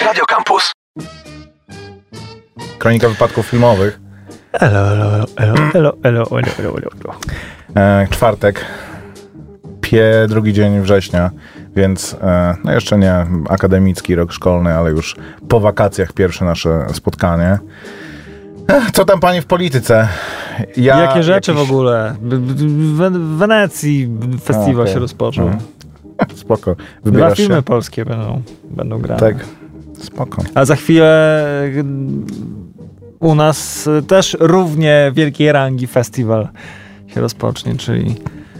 Radio Campus. Kronika wypadków filmowych. Elo. Czwartek. Drugi dzień września, więc no jeszcze nie akademicki rok szkolny, ale już po wakacjach pierwsze nasze spotkanie. Co tam pani w polityce? Jakie rzeczy w ogóle? W Wenecji festiwal się rozpoczął. Spoko. 2 filmy polskie będą grane. Tak, spoko. A za chwilę u nas też równie wielkiej rangi festiwal się rozpocznie, czyli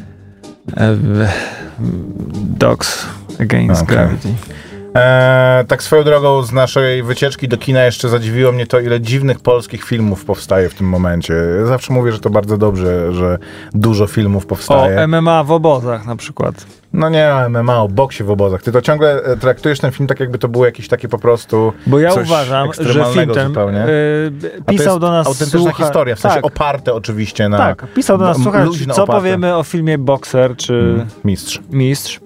Dogs Against Gravity. Tak swoją drogą z naszej wycieczki do kina jeszcze zadziwiło mnie to, ile dziwnych polskich filmów powstaje w tym momencie. Ja zawsze mówię, że to bardzo dobrze, że dużo filmów powstaje. O MMA w obozach na przykład. No nie o MMA, o boksie w obozach. Ty to ciągle traktujesz ten film tak, jakby to było jakieś takie po prostu bo ja coś uważam, że film ten pisał do nas autentyczna historia, w sensie oparte oczywiście na... Tak, pisał do nas, słuchaj, co powiemy o filmie Bokser czy Mistrz.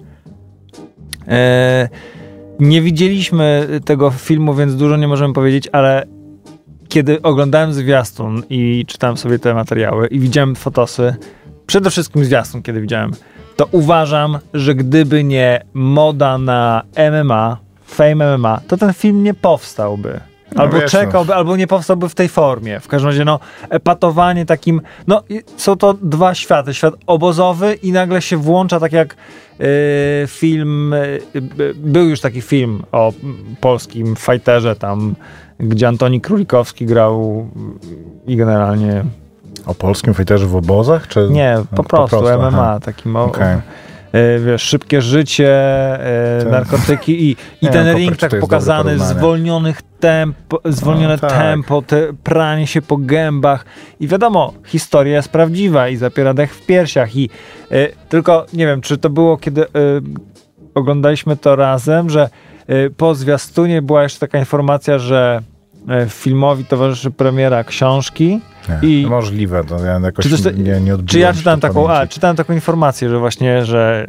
Nie widzieliśmy tego filmu, więc dużo nie możemy powiedzieć, ale kiedy oglądałem zwiastun i czytałem sobie te materiały i widziałem fotosy, przede wszystkim zwiastun, kiedy widziałem, to uważam, że gdyby nie moda na MMA, Fame MMA, to ten film nie powstałby. Albo czekałby, albo nie powstałby w tej formie. W każdym razie, epatowanie takim... są to dwa światy. Świat obozowy i nagle się włącza tak jak film... był już taki film o polskim fighterze tam, gdzie Antoni Królikowski grał i generalnie... O polskim fighterze w obozach? Czy... Nie, po prostu MMA. Takim wiesz, szybkie życie, narkotyki i ten ring tak pokazany, zwolnione tempo, te pranie się po gębach i wiadomo, historia jest prawdziwa i zapiera dech w piersiach i tylko nie wiem, czy to było kiedy oglądaliśmy to razem, że po zwiastunie była jeszcze taka informacja, że filmowi towarzyszy premiera książki. I możliwe, to ja jakoś nie odbiłem. Czy ja czytałem taką informację, że właśnie, że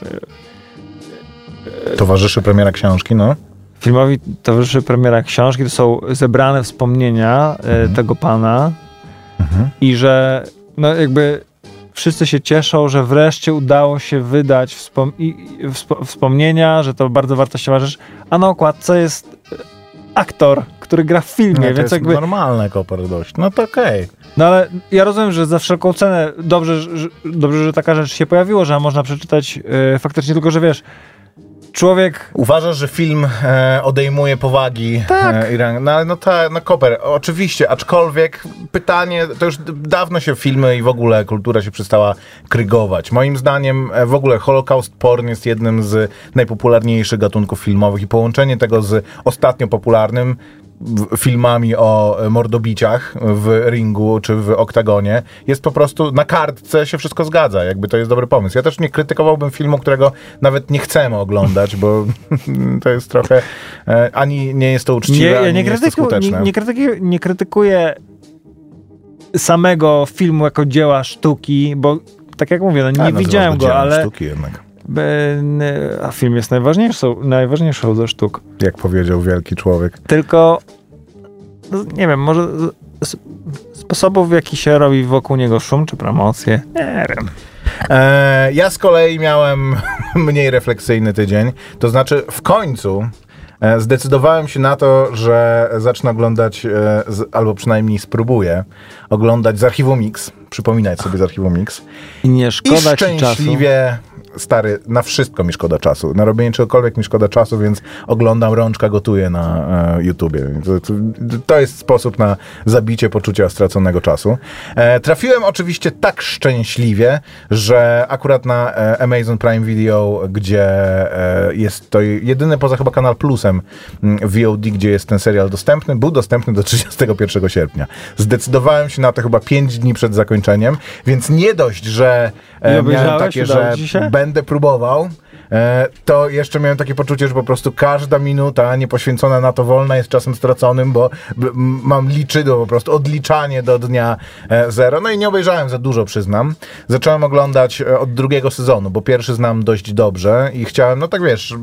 towarzyszy premiera książki, no. Filmowi towarzyszy premiera książki, to są zebrane wspomnienia tego pana i że jakby wszyscy się cieszą, że wreszcie udało się wydać wspomnienia, że to bardzo wartościowa rzecz, a na okładce jest aktor, który gra w filmie, to więc jest jakby... normalne koper dość. No to okej. No ale ja rozumiem, że za wszelką cenę dobrze, że taka rzecz się pojawiło, że można przeczytać faktycznie, tylko że wiesz, człowiek... Uważasz, że film odejmuje powagi i rang... Koper, oczywiście, aczkolwiek pytanie, to już dawno się filmy i w ogóle kultura się przestała krygować. Moim zdaniem w ogóle Holocaust porn jest jednym z najpopularniejszych gatunków filmowych i połączenie tego z ostatnio popularnym filmami o mordobiciach w ringu czy w oktagonie jest po prostu, na kartce się wszystko zgadza, jakby to jest dobry pomysł. Ja też nie krytykowałbym filmu, którego nawet nie chcemy oglądać, bo to jest trochę ani nie jest to uczciwe, ani nie jest to skuteczne. Nie krytykuję samego filmu jako dzieła sztuki, bo tak jak mówię, nie widziałem go, ale sztuki jednak. A film jest najważniejszą ze sztuk. Jak powiedział wielki człowiek. Tylko nie wiem, może sposobów, w jaki się robi wokół niego szum, czy promocje, nie wiem. Ja z kolei miałem mniej refleksyjny tydzień. To znaczy w końcu zdecydowałem się na to, że zacznę oglądać, albo przynajmniej spróbuję oglądać z Archiwum Mix. Przypominać sobie z Archiwum Mix. I nie szkoda ci czasu. Szczęśliwie, stary, na wszystko mi szkoda czasu. Na robienie czegokolwiek mi szkoda czasu, więc oglądam Rączka gotuje na YouTubie. To jest sposób na zabicie poczucia straconego czasu. Trafiłem oczywiście tak szczęśliwie, że akurat na Amazon Prime Video, gdzie jest to jedyny poza chyba Kanal Plusem VOD, gdzie jest ten serial dostępny, był dostępny do 31 sierpnia. Zdecydowałem się na to chyba 5 dni przed zakończeniem, więc nie dość, że miałem takie, że będę próbował, to jeszcze miałem takie poczucie, że po prostu każda minuta niepoświęcona na to wolna jest czasem straconym, bo mam liczydło po prostu, odliczanie do dnia 0. No i nie obejrzałem za dużo, przyznam. Zacząłem oglądać od drugiego sezonu, bo pierwszy znam dość dobrze i chciałem, no tak wiesz,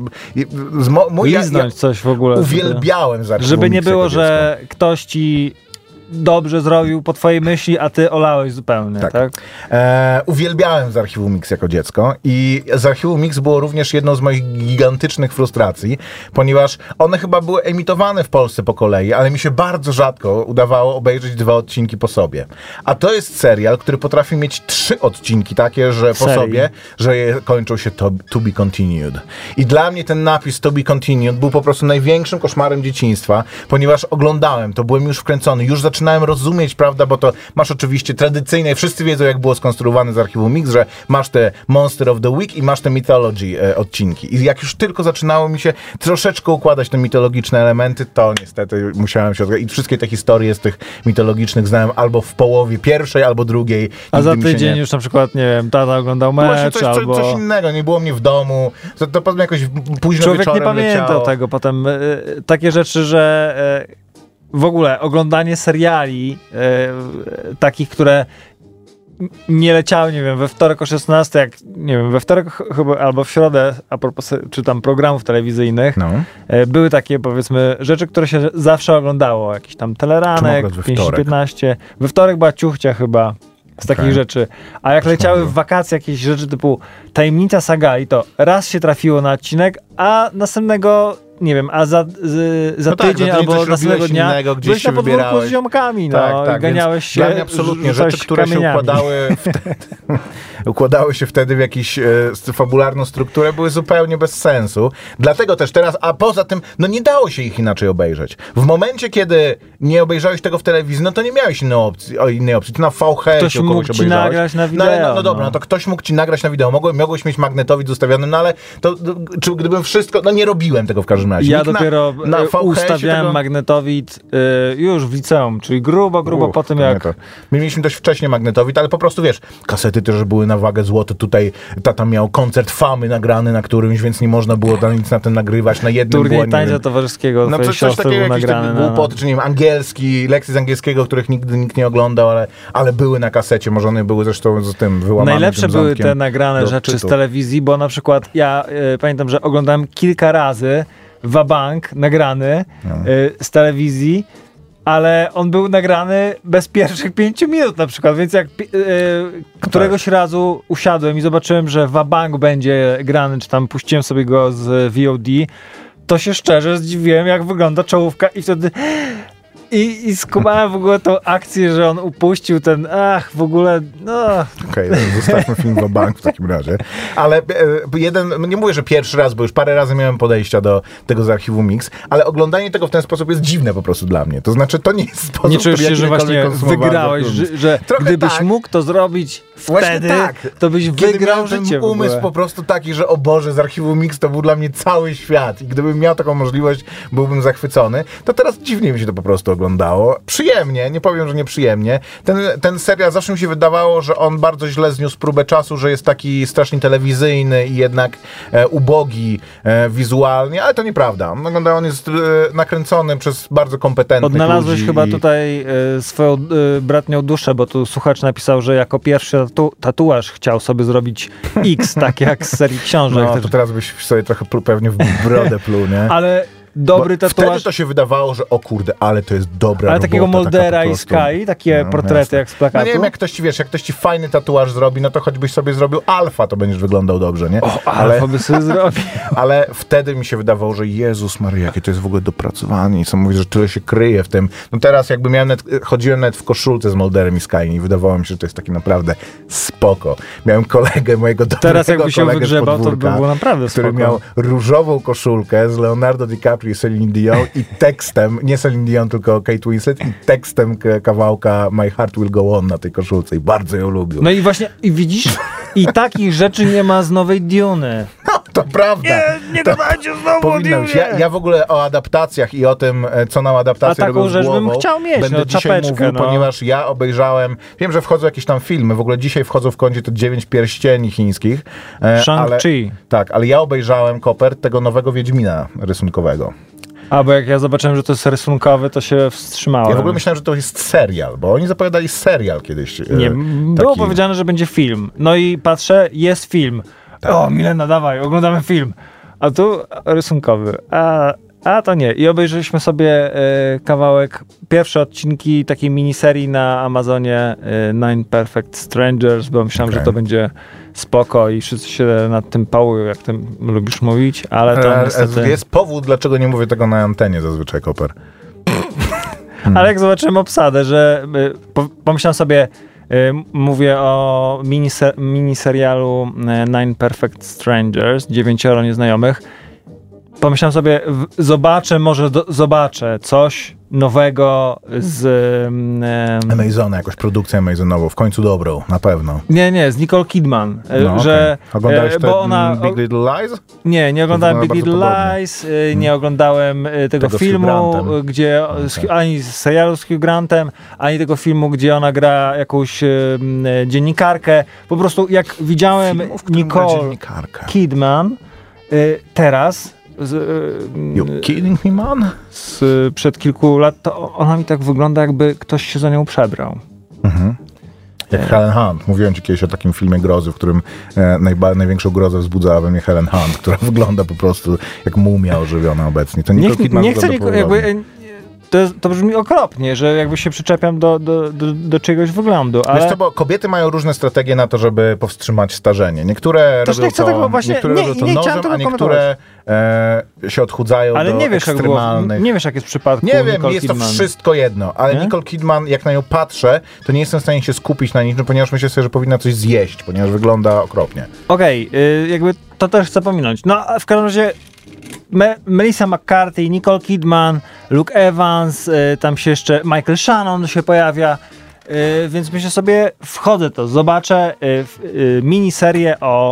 liznąć coś w ogóle. Uwielbiałem z Archiwum Żeby nie Mix było, jako że ktoś ci dobrze zrobił po twojej myśli, a ty olałeś zupełnie, tak? Uwielbiałem z Archiwum Mix jako dziecko i z Archiwum Mix było również jedną z moich gigantycznych frustracji, ponieważ one chyba były emitowane w Polsce po kolei, ale mi się bardzo rzadko udawało obejrzeć 2 odcinki po sobie. A to jest serial, który potrafi mieć 3 odcinki takie, że po sobie, że je kończą się to be continued. I dla mnie ten napis to be continued był po prostu największym koszmarem dzieciństwa, ponieważ oglądałem to, byłem już wkręcony, już zaczynałem rozumieć, prawda, bo to masz oczywiście tradycyjne, wszyscy wiedzą, jak było skonstruowane z Archiwum Mix, że masz te Monster of the Week i masz te Mythology odcinki. I jak już tylko zaczynało mi się troszeczkę układać te mitologiczne elementy, to niestety musiałem się odgrać. I wszystkie te historie z tych mitologicznych znałem albo w połowie pierwszej, albo drugiej. A za tydzień już na przykład, nie wiem, tata oglądał mecz, albo... Coś innego, nie było mnie w domu, to potem jakoś późno Człowiek wieczorem nie pamiętał leciało. tego potem. Takie rzeczy, że w ogóle oglądanie seriali takich, które nie leciały, nie wiem, we wtorek o 16, jak, nie wiem, we wtorek chyba, albo w środę, a propos, czy tam programów telewizyjnych, były takie, powiedzmy, rzeczy, które się zawsze oglądało, jakiś tam teleranek, 5-15. We wtorek była ciuchcia chyba z takich rzeczy. A jak leciały w wakacje jakieś rzeczy typu Tajemnica Sagali, to raz się trafiło na odcinek, a następnego nie wiem, a za tydzień albo następnego dnia byłeś na podwórku z ziomkami, ganiałeś się. Dla mnie absolutnie rzeczy, które kamieniami. się układały się wtedy w jakąś fabularną strukturę, były zupełnie bez sensu. Dlatego też teraz, a poza tym, no nie dało się ich inaczej obejrzeć. W momencie, kiedy nie obejrzałeś tego w telewizji, no to nie miałeś innej opcji. Ty na VHS ktoś mógł ci nagrać na wideo. No dobra, no to ktoś mógł ci nagrać na wideo. Mogłeś mieć magnetowid ustawiony, no ale to, czy gdybym wszystko, no nie robiłem tego w każdym razie. Ja dopiero ustawiałem magnetowid już w liceum, czyli grubo po tym jak... My mieliśmy dość wcześnie magnetowid, ale po prostu wiesz, kasety też były na wagę złota. Tutaj tata miał koncert Famy nagrany na którymś, więc nie można było nic na tym nagrywać. Na jednym turniej tańca towarzyskiego, no coś takiego, jakieś głupoty, czy nie wiem, angielski, lekcje z angielskiego, których nigdy nikt nie oglądał, ale były na kasecie, może one były zresztą z tym wyłamanym. Najlepsze były te nagrane rzeczy z telewizji, bo na przykład ja pamiętam, że oglądałem kilka razy Wabank nagrany z telewizji, ale on był nagrany bez pierwszych 5 minut na przykład, więc jak któregoś razu usiadłem i zobaczyłem, że Wabank będzie grany, czy tam puściłem sobie go z VOD, to się szczerze zdziwiłem, jak wygląda czołówka i wtedy... I skumałem w ogóle tą akcję, że on upuścił ten, w ogóle, no... Okej, zostawmy film Wabank w takim razie. Ale nie mówię, że pierwszy raz, bo już parę razy miałem podejścia do tego z Archiwum Mix, ale oglądanie tego w ten sposób jest dziwne po prostu dla mnie. To znaczy, to nie jest sposób, nie czujesz się, że właśnie wygrałeś, że gdybyś mógł to zrobić wtedy, to byś wygrał życie ten umysł po prostu taki, że o Boże, z Archiwum Mix to był dla mnie cały świat i gdybym miał taką możliwość, byłbym zachwycony, to teraz dziwnie mi się to po prostu oglądało. Przyjemnie, nie powiem, że nieprzyjemnie. Ten serial zawsze mi się wydawało, że on bardzo źle zniósł próbę czasu, że jest taki strasznie telewizyjny i jednak ubogi wizualnie, ale to nieprawda. On jest nakręcony przez bardzo kompetentnych ludzi. Odnalazłeś chyba tutaj swoją bratnią duszę, bo tu słuchacz napisał, że jako pierwszy tatuaż chciał sobie zrobić X, tak jak z serii książek. No, to teraz byś sobie trochę pewnie w brodę pluł, nie? Ale dobry tatuaż. Wtedy to się wydawało, że o kurde, ale to jest dobra robota. Takiego Moldera i Sky, takie portrety jak z plakatu. No nie wiem, jak ktoś ci fajny tatuaż zrobi, no to choćbyś sobie zrobił Alfa, to będziesz wyglądał dobrze, nie? Alfa by sobie zrobił. Ale wtedy mi się wydawało, że Jezus Maria, jakie to jest w ogóle dopracowanie i co mówisz, że tyle się kryje w tym. No teraz jakby chodziłem nawet w koszulce z Molderem i Sky i wydawało mi się, że to jest taki naprawdę spoko. Miałem kolegę, mojego dobrego teraz jakby się wygrzebał, to by było naprawdę spoko. Który miał różową koszulkę z Leonardo DiCaprio i Celine Dion i tekstem, nie Celine Dion, tylko Kate Winslet i tekstem kawałka My Heart Will Go On na tej koszulce i bardzo ją lubił. No i właśnie, i widzisz, i takich rzeczy nie ma z nowej Duny. No, To prawda. Nie gadajcie znowu powinno być. Ja w ogóle o adaptacjach i o tym, co nam adaptacje robią z głową, rzecz bym chciał mieć, będę dzisiaj mówił, ponieważ ja obejrzałem, wiem, że wchodzą jakieś tam filmy, w ogóle dzisiaj wchodzą w kącie te 9 pierścieni chińskich. Shang-Chi. Tak, ale ja obejrzałem, Koper, tego nowego Wiedźmina rysunkowego. A, bo jak ja zobaczyłem, że to jest rysunkowy, to się wstrzymałem. Ja w ogóle myślałem, że to jest serial, bo oni zapowiadali serial kiedyś. Nie, było powiedziane, że będzie film. No i patrzę, jest film. Tak. O, Milena, dawaj, oglądamy film. A tu rysunkowy. A to nie. I obejrzeliśmy sobie kawałek, pierwsze odcinki takiej miniserii na Amazonie Nine Perfect Strangers, bo myślałem, że to będzie spoko i wszyscy się nad tym pałują, jak ty lubisz mówić, ale to niestety... Jest powód, dlaczego nie mówię tego na antenie zazwyczaj, Koper. Ale jak zobaczyłem obsadę, że pomyślałem sobie, mówię o miniserialu Nine Perfect Strangers, 9 nieznajomych. Pomyślałem sobie, zobaczę coś nowego z... Amazona, jakąś produkcję Amazonową, w końcu dobrą, na pewno. Nie, z Nicole Kidman. Że, oglądałeś Big Little Lies? Nie oglądałem Big Little Lies, nie oglądałem tego filmu, gdzie ani z serialu z Hugh Grantem, ani tego filmu, gdzie ona gra jakąś dziennikarkę. Po prostu jak widziałem Nicole Kidman teraz You kidding me, man? Przed kilku lat, to ona mi tak wygląda, jakby ktoś się za nią przebrał. Jak Helen Hunt. Mówiłem ci kiedyś o takim filmie grozy, w którym największą grozę wzbudzała we mnie Helen Hunt, która wygląda po prostu jak mumia ożywiona obecnie. To Nicole Kidman nie chcę to brzmi okropnie, że jakby się przyczepiam do czegoś wyglądu. Ale... Wiesz co, bo kobiety mają różne strategie na to, żeby powstrzymać starzenie. Niektóre robią to nożem, a niektóre się odchudzają ale do ekstremalnych... Nie wiesz, jak jest w przypadku Nie wiem, Nicole jest Kidman. To wszystko jedno, ale nie? Nicole Kidman, jak na nią patrzę, to nie jestem w stanie się skupić na niczym, ponieważ myślę sobie, że powinna coś zjeść, ponieważ wygląda okropnie. Okej, jakby to też chcę pominąć. No, a w każdym razie Melissa McCarthy, Nicole Kidman, Luke Evans, tam się jeszcze Michael Shannon się pojawia, więc myślę sobie, wchodzę to, zobaczę miniserię o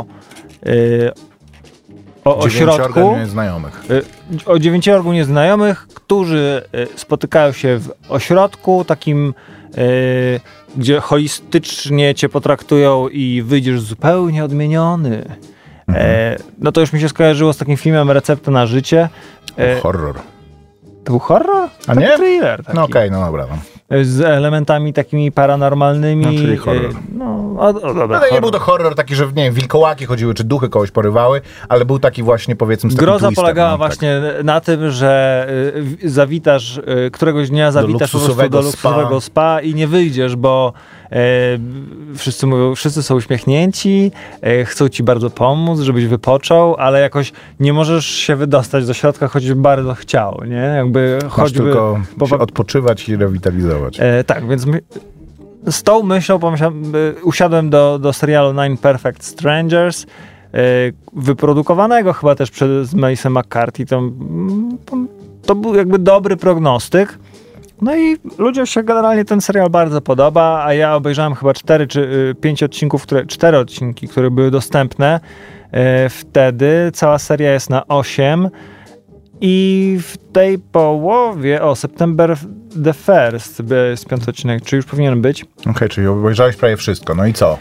ośrodku. O 9 nieznajomych, którzy spotykają się w ośrodku takim, gdzie holistycznie cię potraktują i wyjdziesz zupełnie odmieniony. No to już mi się skojarzyło z takim filmem Recepta na życie. Horror. To był horror? A nie? Thriller taki. No okej, no dobra. Z elementami takimi paranormalnymi. No, czyli horror. Dobra, ale nie był to horror taki, że nie wiem, wilkołaki chodziły, czy duchy kogoś porywały, ale był taki właśnie, powiedzmy, z takim groza twistem, polegała właśnie na tym, że zawitasz, któregoś dnia zawitasz po prostu do luksusowego spa i nie wyjdziesz, bo wszyscy mówią, wszyscy są uśmiechnięci, chcą ci bardzo pomóc, żebyś wypoczął, ale jakoś nie możesz się wydostać do środka, choćby bardzo chciał, nie? Jakby choćby tylko się odpoczywać i rewitalizować. Tak, więc z tą myślą usiadłem do serialu Nine Perfect Strangers, wyprodukowanego chyba też przez Melissa McCarthy. To był jakby dobry prognostyk. No i ludziom się generalnie ten serial bardzo podoba, a ja obejrzałem chyba 4 czy 5 odcinków, 4 odcinki, które były dostępne wtedy. Cała seria jest na 8 i w tej połowie, September the 1st jest 5 odcinek, czy już powinien być. Okej, czyli obejrzałeś prawie wszystko, no i co?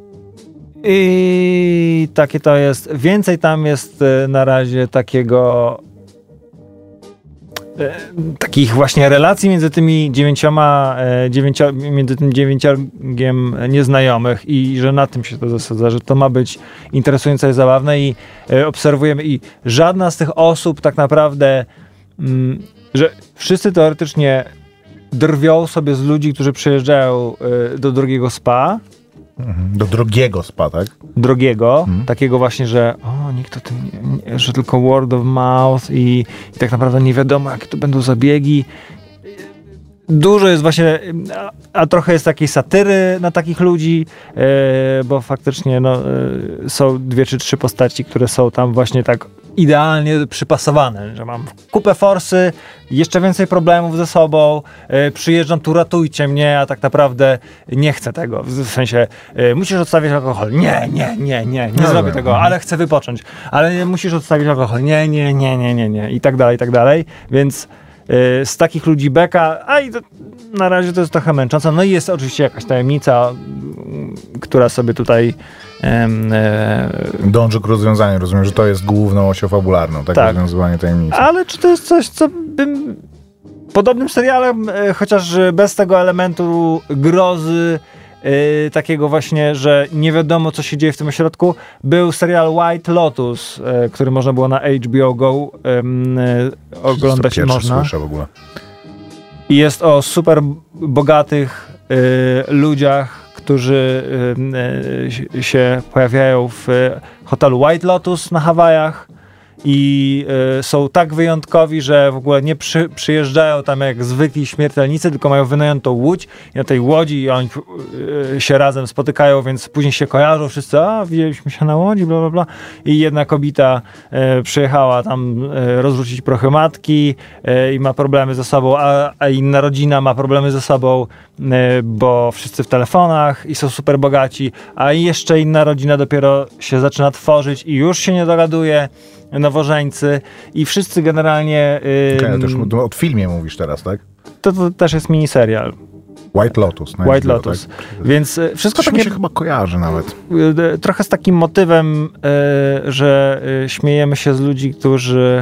I takie to jest, więcej tam jest na razie takich właśnie relacji między tymi między tym 9 nieznajomych i że na tym się to zasadza, że to ma być interesujące i zabawne i obserwujemy i żadna z tych osób tak naprawdę, że wszyscy teoretycznie drwią sobie z ludzi, którzy przyjeżdżają do drogiego spa. Do drogiego spa, tak? Drogiego, takiego właśnie, że nikt o tym nie, że tylko word of mouth i tak naprawdę nie wiadomo, jakie to będą zabiegi. Dużo jest właśnie, a trochę jest takiej satyry na takich ludzi, bo faktycznie są 2 czy 3 postaci, które są tam właśnie tak idealnie przypasowane, że mam kupę forsy, jeszcze więcej problemów ze sobą, przyjeżdżam tu, ratujcie mnie, a tak naprawdę nie chcę tego. W sensie, musisz odstawić alkohol. Nie zrobię tego, ale chcę wypocząć. Ale musisz odstawić alkohol. Nie. I tak dalej. Więc z takich ludzi beka, na razie to jest trochę męczące. No i jest oczywiście jakaś tajemnica, która sobie tutaj dąży k rozwiązaniu. Rozumiem, że to jest główną osią fabularną, tak? Rozwiązywanie tajemnicy. Ale czy to jest coś, co bym podobnym serialem, chociaż bez tego elementu grozy, takiego właśnie, że nie wiadomo, co się dzieje w tym ośrodku, był serial White Lotus, który można było na HBO Go oglądać. To można. Słyszę w ogóle. I jest o super bogatych ludziach, którzy się pojawiają w hotelu White Lotus na Hawajach i są tak wyjątkowi, że w ogóle nie przyjeżdżają tam jak zwykli śmiertelnicy, tylko mają wynajętą łódź i na tej łodzi oni się razem spotykają, więc później się kojarzą wszyscy, widzieliśmy się na łodzi, bla, bla, bla. I jedna kobieta przyjechała tam rozrzucić prochy matki i ma problemy ze sobą, a inna rodzina ma problemy ze sobą, bo wszyscy w telefonach i są super bogaci, a jeszcze inna rodzina dopiero się zaczyna tworzyć i już się nie dogaduje, nowożeńcy i wszyscy generalnie... Okay, to już o filmie mówisz teraz, tak? To też jest miniserial. White Lotus. White Lotus. Tak? Więc wszystko takie... mi się chyba kojarzy nawet. Trochę z takim motywem, że śmiejemy się z ludzi, którzy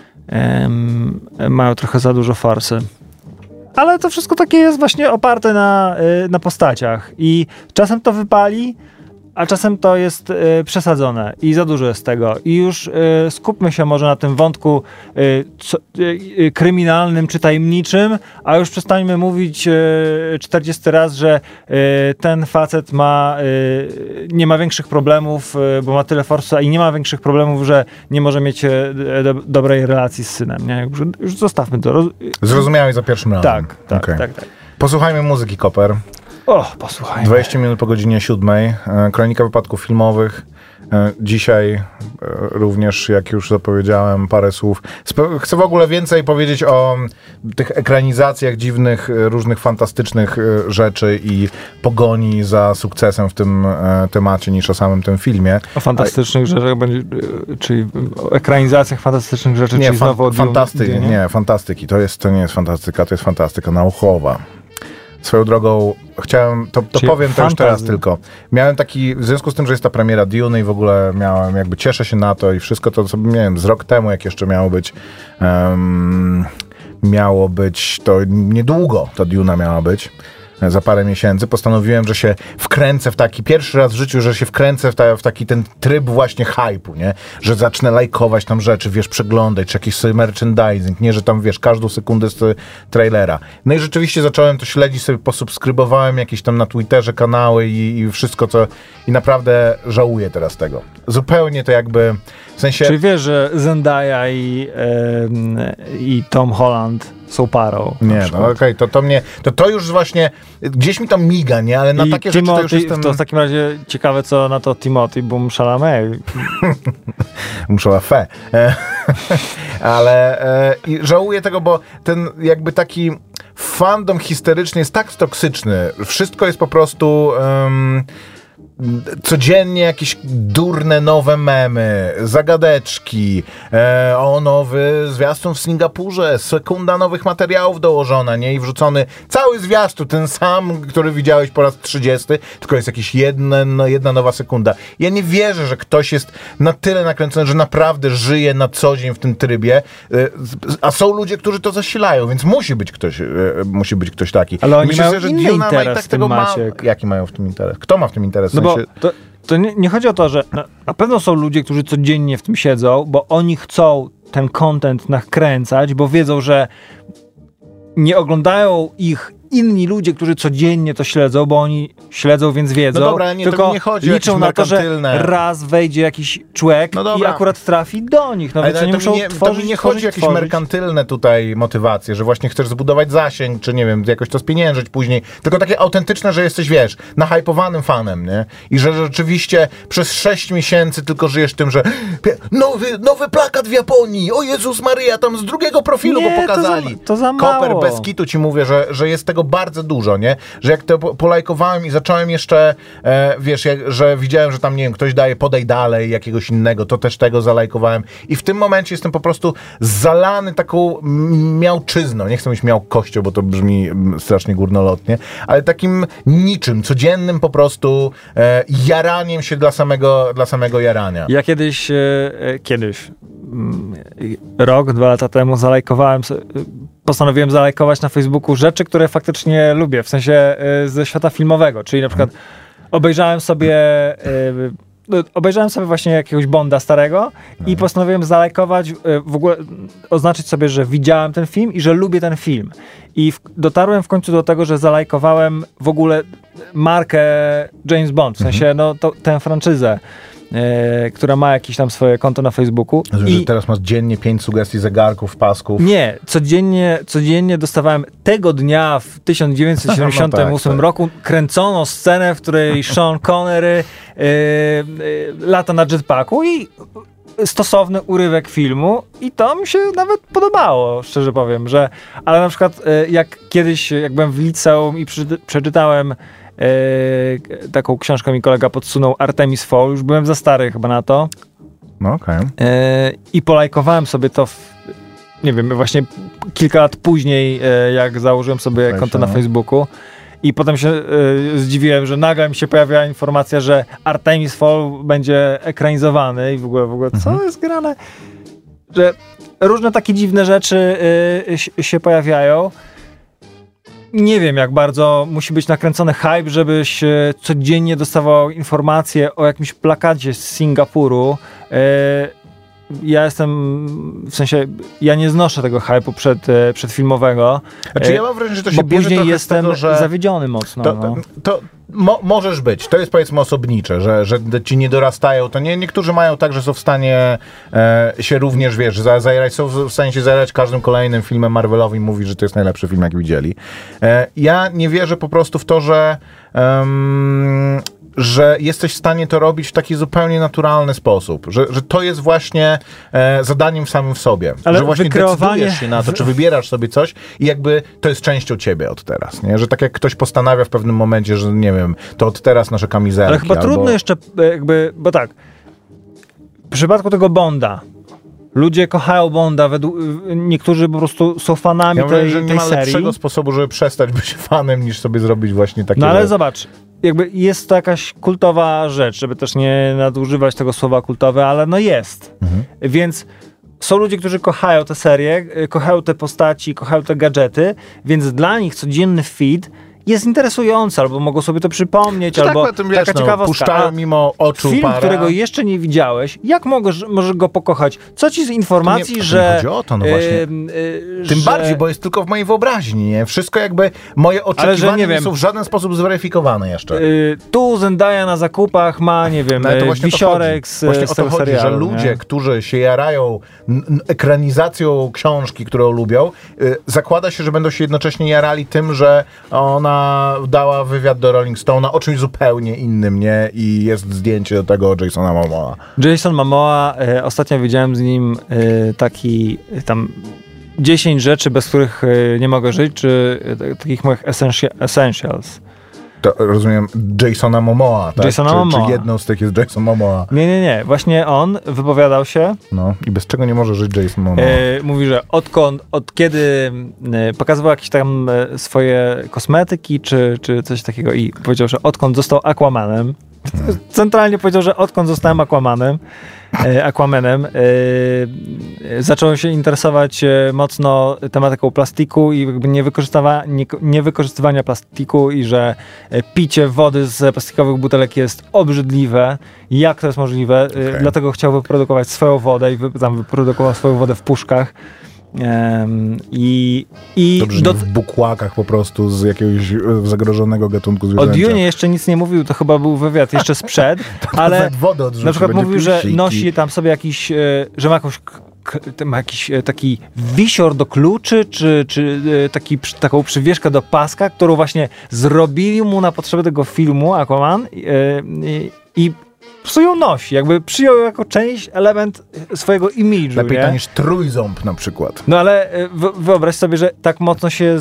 mają trochę za dużo farsy. Ale to wszystko takie jest właśnie oparte na postaciach i czasem to wypali, a czasem to jest przesadzone i za dużo jest tego. I już skupmy się może na tym wątku kryminalnym czy tajemniczym, a już przestańmy mówić 40 raz, że ten facet nie ma większych problemów, bo ma tyle forsy, i nie ma większych problemów, że nie może mieć dobrej relacji z synem. Nie? Już zostawmy to. Zrozumiałeś za pierwszym razem. Tak. Posłuchajmy muzyki, Koper. Posłuchajmy. 20 minut po godzinie 7. Kronika wypadków filmowych. Dzisiaj również, jak już zapowiedziałem, parę słów. Chcę w ogóle więcej powiedzieć o tych ekranizacjach dziwnych, różnych fantastycznych rzeczy i pogoni za sukcesem w tym temacie niż o samym tym filmie. O fantastycznych rzeczach, czyli o ekranizacjach fantastycznych rzeczy, nie, czyli znowu fantastyki. To nie jest fantastyka, to jest fantastyka naukowa. Swoją drogą, chciałem, to powiem to już teraz tylko. Miałem taki, w związku z tym, że jest ta premiera Dune i w ogóle cieszę się na to i wszystko to, co miałem z rok temu, jak jeszcze miało być, to niedługo ta Duna miała być. Za parę miesięcy postanowiłem, że się wkręcę w taki, pierwszy raz w życiu, że się wkręcę w taki ten tryb właśnie hype'u, nie? Że zacznę lajkować tam rzeczy, przeglądać, czy jakiś sobie merchandising, nie, że tam, każdą sekundę z trailera. No i rzeczywiście zacząłem to śledzić, sobie posubskrybowałem jakieś tam na Twitterze kanały i wszystko, co... I naprawdę żałuję teraz tego. Zupełnie to jakby, w sensie... Czyli wiesz, że Zendaya i Tom Holland są parą. Nie, no okej, to już właśnie gdzieś mi to miga, nie? Ale na takie rzeczy to już jestem... To w takim razie ciekawe, co na to Timothy Chalamet. Chalamet. Ale i żałuję tego, bo ten jakby taki fandom histeryczny jest tak toksyczny. Wszystko jest po prostu... codziennie jakieś durne nowe memy, zagadeczki, nowy zwiastun w Singapurze, sekunda nowych materiałów dołożona, nie? I wrzucony cały zwiastun, ten sam, który widziałeś po raz 30, tylko jest jakieś jedna nowa sekunda. Ja nie wierzę, że ktoś jest na tyle nakręcony, że naprawdę żyje na co dzień w tym trybie, a są ludzie, którzy to zasilają, więc musi być ktoś taki. Ale oni mają inny interes w tym, Maciek. Jaki mają w tym interes? Kto ma w tym interes? No bo to nie chodzi o to, że na pewno są ludzie, którzy codziennie w tym siedzą, bo oni chcą ten content nakręcać, bo wiedzą, że nie oglądają ich inni ludzie, którzy codziennie to śledzą, bo oni śledzą, więc wiedzą, No dobra, nie, tylko to nie chodzi o liczą jakieś na to, że merkantylne... raz wejdzie jakiś człowiek i akurat trafi do nich. No, ale więc nie muszą to mi nie chodzi o jakieś merkantylne tutaj motywacje, że właśnie chcesz zbudować zasięg, czy nie wiem, jakoś to spieniężyć później, tylko takie autentyczne, że jesteś, wiesz, nahypowanym fanem, nie? I że rzeczywiście przez 6 miesięcy tylko żyjesz tym, że nowy plakat w Japonii, o Jezus Maryja, tam z drugiego profilu go pokazali. To za mało. Koper, bez kitu ci mówię, że jest tego bardzo dużo, nie? Że jak to polajkowałem i zacząłem jeszcze, wiesz, że widziałem, że tam, nie wiem, ktoś daje podaj dalej jakiegoś innego, to też tego zalajkowałem. I w tym momencie jestem po prostu zalany taką miałczyzną. Nie chcę mówić miałkością, bo to brzmi strasznie górnolotnie, ale takim niczym, codziennym po prostu jaraniem się dla samego jarania. Ja kiedyś, rok, 2 lata temu postanowiłem zalajkować na Facebooku rzeczy, które faktycznie lubię, w sensie ze świata filmowego, czyli na przykład obejrzałem sobie właśnie jakiegoś Bonda starego i postanowiłem zalajkować, w ogóle oznaczyć sobie, że widziałem ten film i że lubię ten film. I dotarłem w końcu do tego, że zalajkowałem w ogóle markę James Bond, w sensie tę franczyzę, która ma jakieś tam swoje konto na Facebooku. Że teraz masz dziennie 5 sugestii zegarków, pasków. Nie, codziennie dostawałem tego dnia w 1978 roku kręcono scenę, w której Sean Connery lata na jetpacku i stosowny urywek filmu i to mi się nawet podobało, szczerze powiem, ale na przykład jak byłem w liceum i przeczytałem taką książkę, mi kolega podsunął, Artemis Fowl, już byłem za stary chyba na to. No okej. I polajkowałem sobie to nie wiem, właśnie kilka lat później, jak założyłem sobie konto na Facebooku i potem się zdziwiłem, że nagle mi się pojawiła informacja, że Artemis Fowl będzie ekranizowany i w ogóle co jest grane? Że różne takie dziwne rzeczy się pojawiają. Nie wiem, jak bardzo musi być nakręcony hype, żebyś codziennie dostawał informacje o jakimś plakacie z Singapuru. Ja ja nie znoszę tego hype'u przedfilmowego. Znaczy ja mam wrażenie, że to się bo bierze później jestem z tego, że zawiedziony mocno. Możesz być. To jest powiedzmy osobnicze, że ci nie dorastają. To niektórzy mają tak, że są w stanie się również, wiesz, są w stanie się zajarać każdym kolejnym filmem Marvelowym i mówić, że to jest najlepszy film, jaki widzieli. Ja nie wierzę po prostu w to, że jesteś w stanie to robić w taki zupełnie naturalny sposób. Że to jest właśnie zadaniem samym w sobie. Ale że właśnie decydujesz się na to, czy wybierasz sobie coś i jakby to jest częścią ciebie od teraz. Nie? Że tak jak ktoś postanawia w pewnym momencie, że nie wiem, to od teraz nasze kamizelki. Ale chyba trudno jeszcze bo tak, w przypadku tego Bonda ludzie kochają Bonda, niektórzy po prostu są fanami tej serii. Ja mówię, że nie ma lepszego sposobu, żeby przestać być fanem, niż sobie zrobić właśnie takie... No ale zobacz, jest to jakaś kultowa rzecz, żeby też nie nadużywać tego słowa kultowe, ale jest. Więc są ludzie, którzy kochają tę serię, kochają te postaci, kochają te gadżety, więc dla nich codzienny feed jest interesujący, albo mogą sobie to przypomnieć, albo tak, taka ciekawostka. Puszczają mimo oczu film, którego jeszcze nie widziałeś, jak możesz go pokochać? Co ci z informacji, że... Nie chodzi o to, no właśnie. Tym bardziej, bo jest tylko w mojej wyobraźni, nie? Wszystko jakby, moje oczekiwania nie są w żaden sposób zweryfikowane jeszcze. Tu Zendaya na zakupach ma, nie wiem, wisiorek z tego serialu. Że ludzie, którzy się jarają ekranizacją książki, którą lubią, zakłada się, że będą się jednocześnie jarali tym, że ona dała wywiad do Rolling Stone'a o czymś zupełnie innym, nie? I jest zdjęcie do tego Jasona Momoa. Jason Momoa, ostatnio widziałem z nim taki tam 10 rzeczy, bez których nie mogę żyć, czy takich moich essentials. To rozumiem Jasona Momoa, tak? Jasona Momoa. Czy jedną z tych jest Jason Momoa? Nie. Właśnie on wypowiadał się. No i bez czego nie może żyć Jason Momoa? Mówi, że od kiedy pokazywał jakieś tam swoje kosmetyki, czy coś takiego i powiedział, że odkąd został Aquamanem, centralnie powiedział, że odkąd zostałem Aquamanem, zacząłem się interesować mocno tematyką plastiku i jakby niewykorzystywania plastiku i że picie wody z plastikowych butelek jest obrzydliwe. Jak to jest możliwe? Dlatego chciał wyprodukować swoją wodę i wyprodukował swoją wodę w puszkach. Dobrze, w bukłakach po prostu z jakiegoś zagrożonego gatunku zwierzęcia. O Dunie jeszcze nic nie mówił, to chyba był wywiad jeszcze sprzed, ale na przykład mówił, że nosi tam sobie jakiś, że ma jakiś taki wisior do kluczy, czy taką przywieszkę do paska, którą właśnie zrobili mu na potrzeby tego filmu Aquaman i ją nosi, jakby przyjął jako część, element swojego imidżu. Lepiej to niż trójząb na przykład. No ale wyobraź sobie, że tak mocno się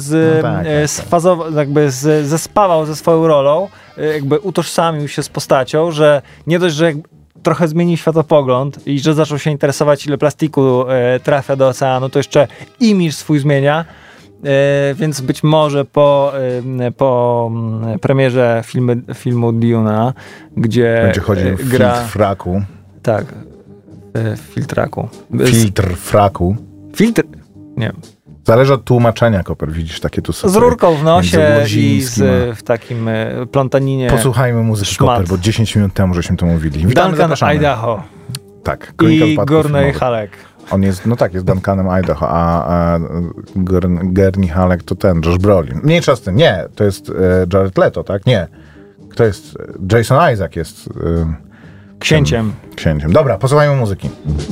zespawał ze swoją rolą, jakby utożsamił się z postacią, że nie dość, że trochę zmienił światopogląd i że zaczął się interesować, ile plastiku trafia do oceanu, to jeszcze imidż swój zmienia. Więc być może po premierze filmu Duna, gdzie będzie chodził gra... filtr fraku. Tak, filtraku. Filtr fraku. Filtr... Nie. Zależy od tłumaczenia, Koper, widzisz, takie tu są. Z rurką w nosie i w takim plątaninie. Posłuchajmy muzyki, Koper, bo 10 minut temu żeśmy to mówili. Witamy, Duncan Idaho. Tak. I Gurney Halleck. On jest, no tak, jest Duncanem Idaho, a Gurney Halleck to ten, Josh Brolin. Mniejsza z tym, nie, to jest Jared Leto, tak? Nie. Kto jest? Jason Isaac jest... Księciem. Dobra, posłuchajmy muzyki.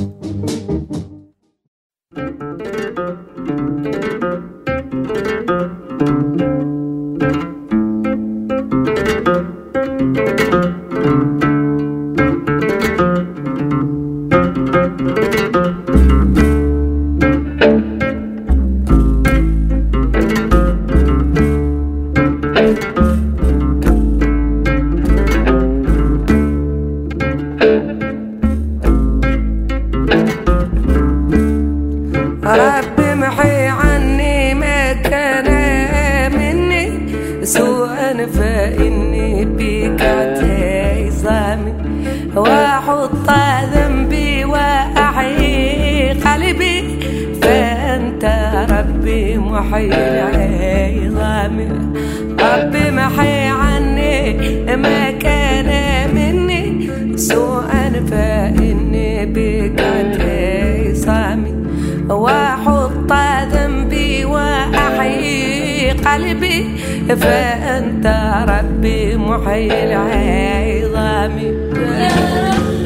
فأنت ربي محيي العظام يا رب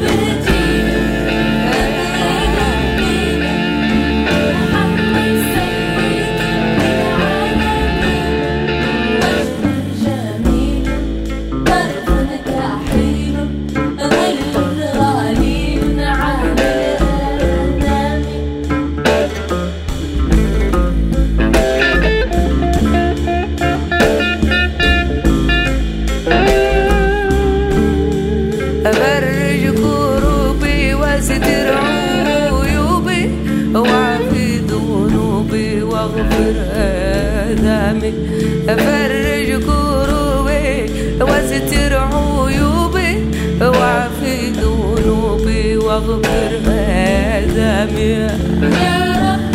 محمد سيد العالمين وجه جميل طرف كحيل غير غالي على أفرج كروبي وستر عيوبي وعفي ذنوبي واغفر آثامي يا رب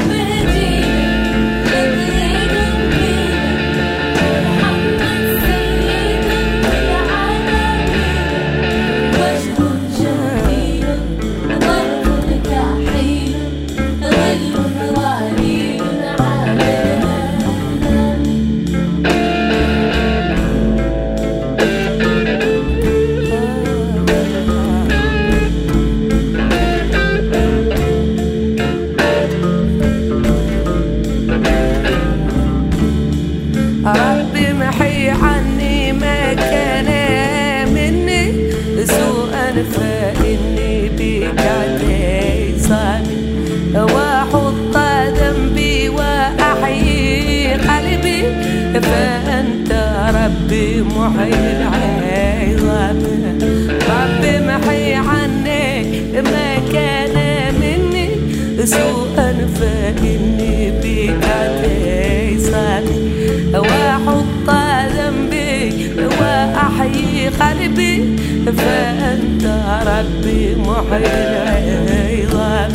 محمد سيد العالمين وجه جميل ظرف كحيل غير غالي ربي محي عني ما كان مني سوءا فإني بك اعتصامي وأحط ذنبي وأحيي قلبي فأنت ربي محيي العظام ربي محي عني ما كان مني سوءا فإني بك اعتصامي وأحط ذنبي وأحيي قلبي فأنت ربي محيي العظام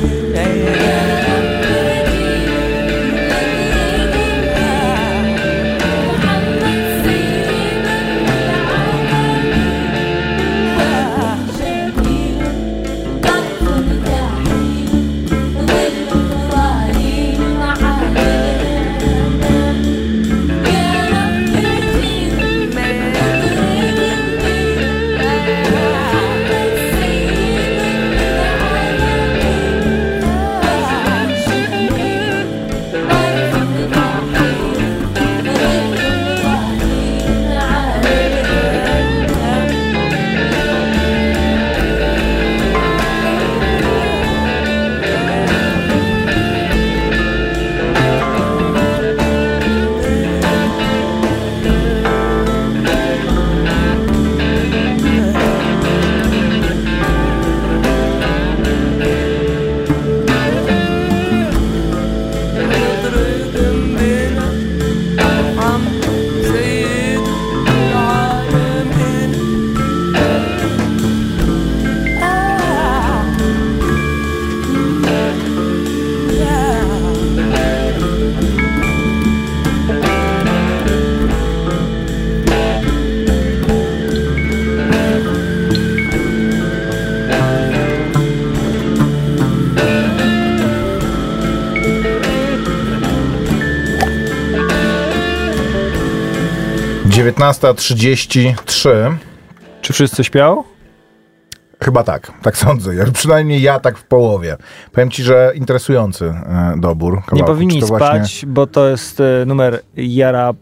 19:33. Czy wszyscy śpią? Chyba tak sądzę. Przynajmniej ja tak w połowie. Powiem ci, że interesujący dobór kawałków. Nie powinni to spać, właśnie... bo to jest numer Jarab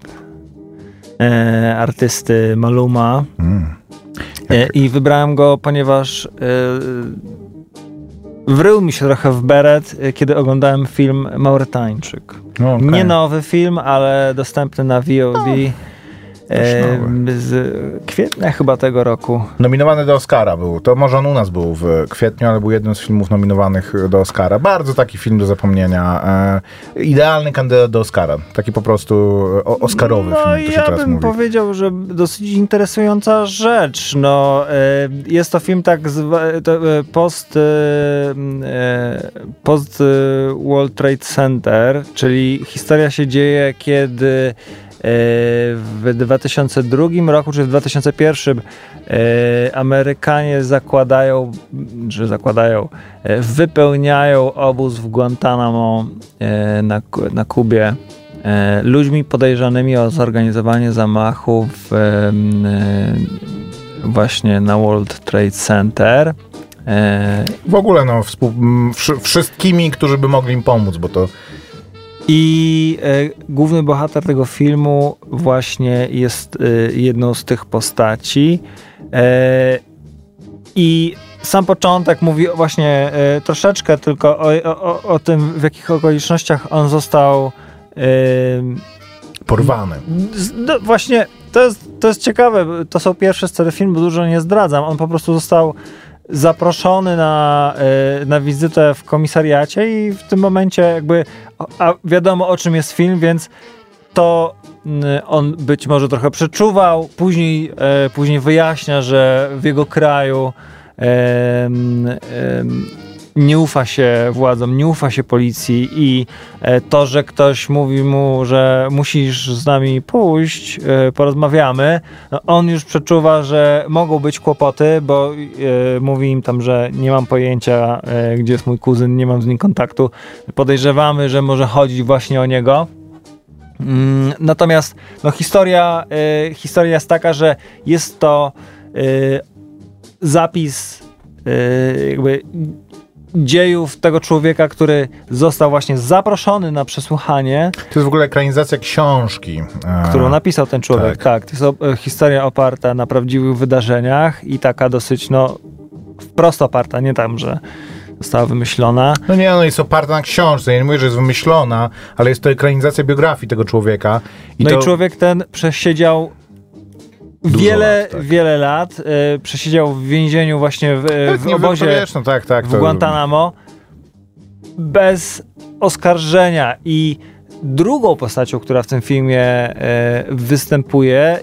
artysty Maluma. I wybrałem go, ponieważ wrył mi się trochę w beret, kiedy oglądałem film Maurytańczyk. No, okay. Nie nowy film, ale dostępny na VOD. Z kwietnia chyba tego roku. Nominowany do Oscara był. To może on u nas był w kwietniu, ale był jednym z filmów nominowanych do Oscara. Bardzo taki film do zapomnienia. Idealny kandydat do Oscara. Taki po prostu oscarowy film, to się teraz mówi. Ja bym powiedział, że dosyć interesująca rzecz. No, jest to film tak post World Trade Center, czyli historia się dzieje, kiedy w 2002 roku, czy w 2001 Amerykanie wypełniają obóz w Guantanamo na Kubie ludźmi podejrzanymi o zorganizowanie zamachu właśnie na World Trade Center. W ogóle wszystkimi, którzy by mogli im pomóc, bo to i główny bohater tego filmu właśnie jest jedną z tych postaci. I sam początek mówi właśnie troszeczkę tylko o tym, w jakich okolicznościach on został porwany. Właśnie to jest ciekawe. To są pierwsze sceny filmu, dużo nie zdradzam. On po prostu został zaproszony na wizytę w komisariacie i w tym momencie jakby wiadomo, o czym jest film, więc to on być może trochę przeczuwał, później wyjaśnia, że w jego kraju nie ufa się władzom, nie ufa się policji i to, że ktoś mówi mu, że musisz z nami pójść, porozmawiamy, on już przeczuwa, że mogą być kłopoty, bo mówi im tam, że nie mam pojęcia, gdzie jest mój kuzyn, nie mam z nim kontaktu. Podejrzewamy, że może chodzić właśnie o niego. Natomiast historia jest taka, że jest to zapis jakby dziejów tego człowieka, który został właśnie zaproszony na przesłuchanie. To jest w ogóle ekranizacja książki, którą napisał ten człowiek. Tak, to jest historia oparta na prawdziwych wydarzeniach i taka dosyć wprost oparta, nie tam, że została wymyślona. Jest oparta na książce. Ja nie mówię, że jest wymyślona, ale jest to ekranizacja biografii tego człowieka. I człowiek ten przesiedział wiele lat, przesiedział w więzieniu właśnie w obozie w Guantanamo bez oskarżenia. I drugą postacią, która w tym filmie występuje,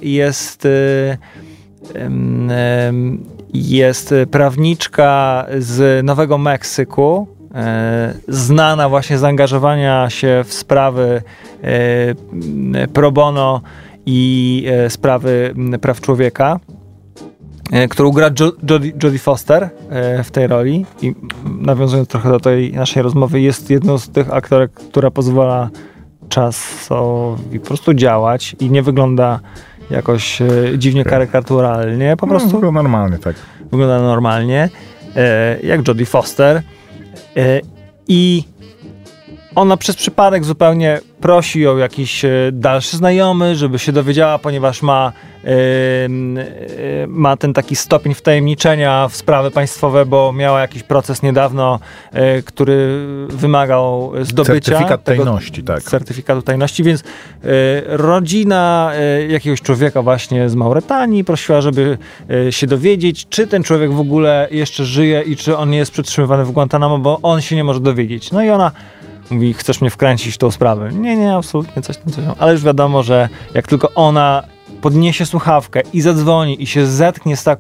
jest prawniczka z Nowego Meksyku, znana właśnie z zaangażowania się w sprawy pro bono i sprawy praw człowieka, którą gra Jodie Foster w tej roli. I nawiązując trochę do tej naszej rozmowy, jest jedną z tych aktorek, która pozwala czasowi po prostu działać i nie wygląda jakoś dziwnie karykaturalnie. Po prostu wygląda normalnie, tak. Wygląda normalnie, jak Jodie Foster. I ona przez przypadek zupełnie prosi o jakiś dalszy znajomy, żeby się dowiedziała, ponieważ ma ten taki stopień wtajemniczenia w sprawy państwowe, bo miała jakiś proces niedawno, który wymagał zdobycia certyfikatu tajności, więc rodzina jakiegoś człowieka właśnie z Mauretanii prosiła, żeby się dowiedzieć, czy ten człowiek w ogóle jeszcze żyje i czy on nie jest przetrzymywany w Guantanamo, bo on się nie może dowiedzieć. No i ona mówi, chcesz mnie wkręcić w tą sprawę? Nie, absolutnie, coś tam. Ale już wiadomo, że jak tylko ona podniesie słuchawkę i zadzwoni i się zetknie z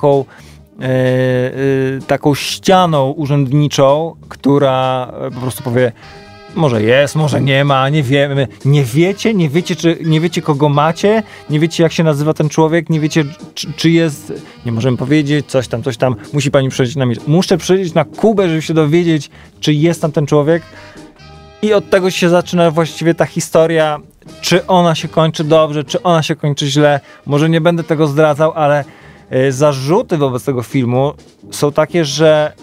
taką ścianą urzędniczą, która po prostu powie, może jest, może nie ma, nie wiemy. Nie wiecie kogo macie, nie wiecie jak się nazywa ten człowiek, nie wiecie czy jest, nie możemy powiedzieć, coś tam, musi pani przyjść na miejsce. Muszę przyjść na Kubę, żeby się dowiedzieć, czy jest tam ten człowiek. I od tego się zaczyna właściwie ta historia. czy ona się kończy dobrze, czy ona się kończy źle. Może nie będę tego zdradzał, ale zarzuty wobec tego filmu są takie, że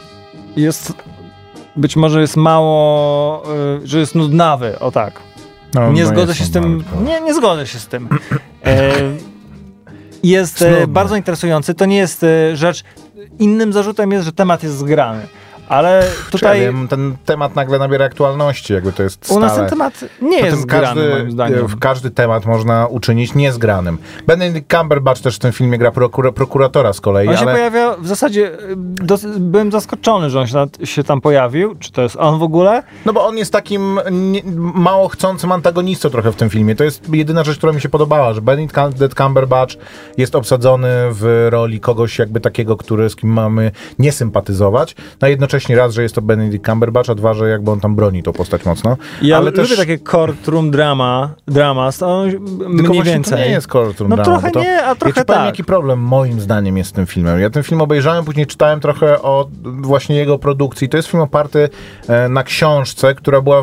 być może jest mało, że jest nudnawy, o tak. No, Nie zgodzę się z tym. Nie zgodzę się z tym. Jest bardzo interesujący. To nie jest rzecz. Innym zarzutem jest, że temat jest zgrany. Ale tutaj... Ja wiem, ten temat nagle nabiera aktualności, jakby to jest stale. U nas ten temat nie jest zgrany, moim zdaniem. Każdy temat można uczynić niezgranym. Benedict Cumberbatch też w tym filmie gra prokuratora z kolei. On się pojawia, w zasadzie byłem zaskoczony, że on się tam pojawił. Czy to jest on w ogóle? No bo on jest takim mało chcącym antagonistą trochę w tym filmie. To jest jedyna rzecz, która mi się podobała, że Benedict Cumberbatch jest obsadzony w roli kogoś jakby takiego, z kim mamy nie sympatyzować. No jednocześnie raz, że jest to Benedict Cumberbatch, a dwa, że jakby on tam broni tą postać mocno. Ja ale lubię takie courtroom dramas, to mniej więcej. To nie jest courtroom drama. Trochę nie, a trochę powiem, jaki problem moim zdaniem jest z tym filmem. Ja ten film obejrzałem, później czytałem trochę o właśnie jego produkcji. To jest film oparty na książce, która była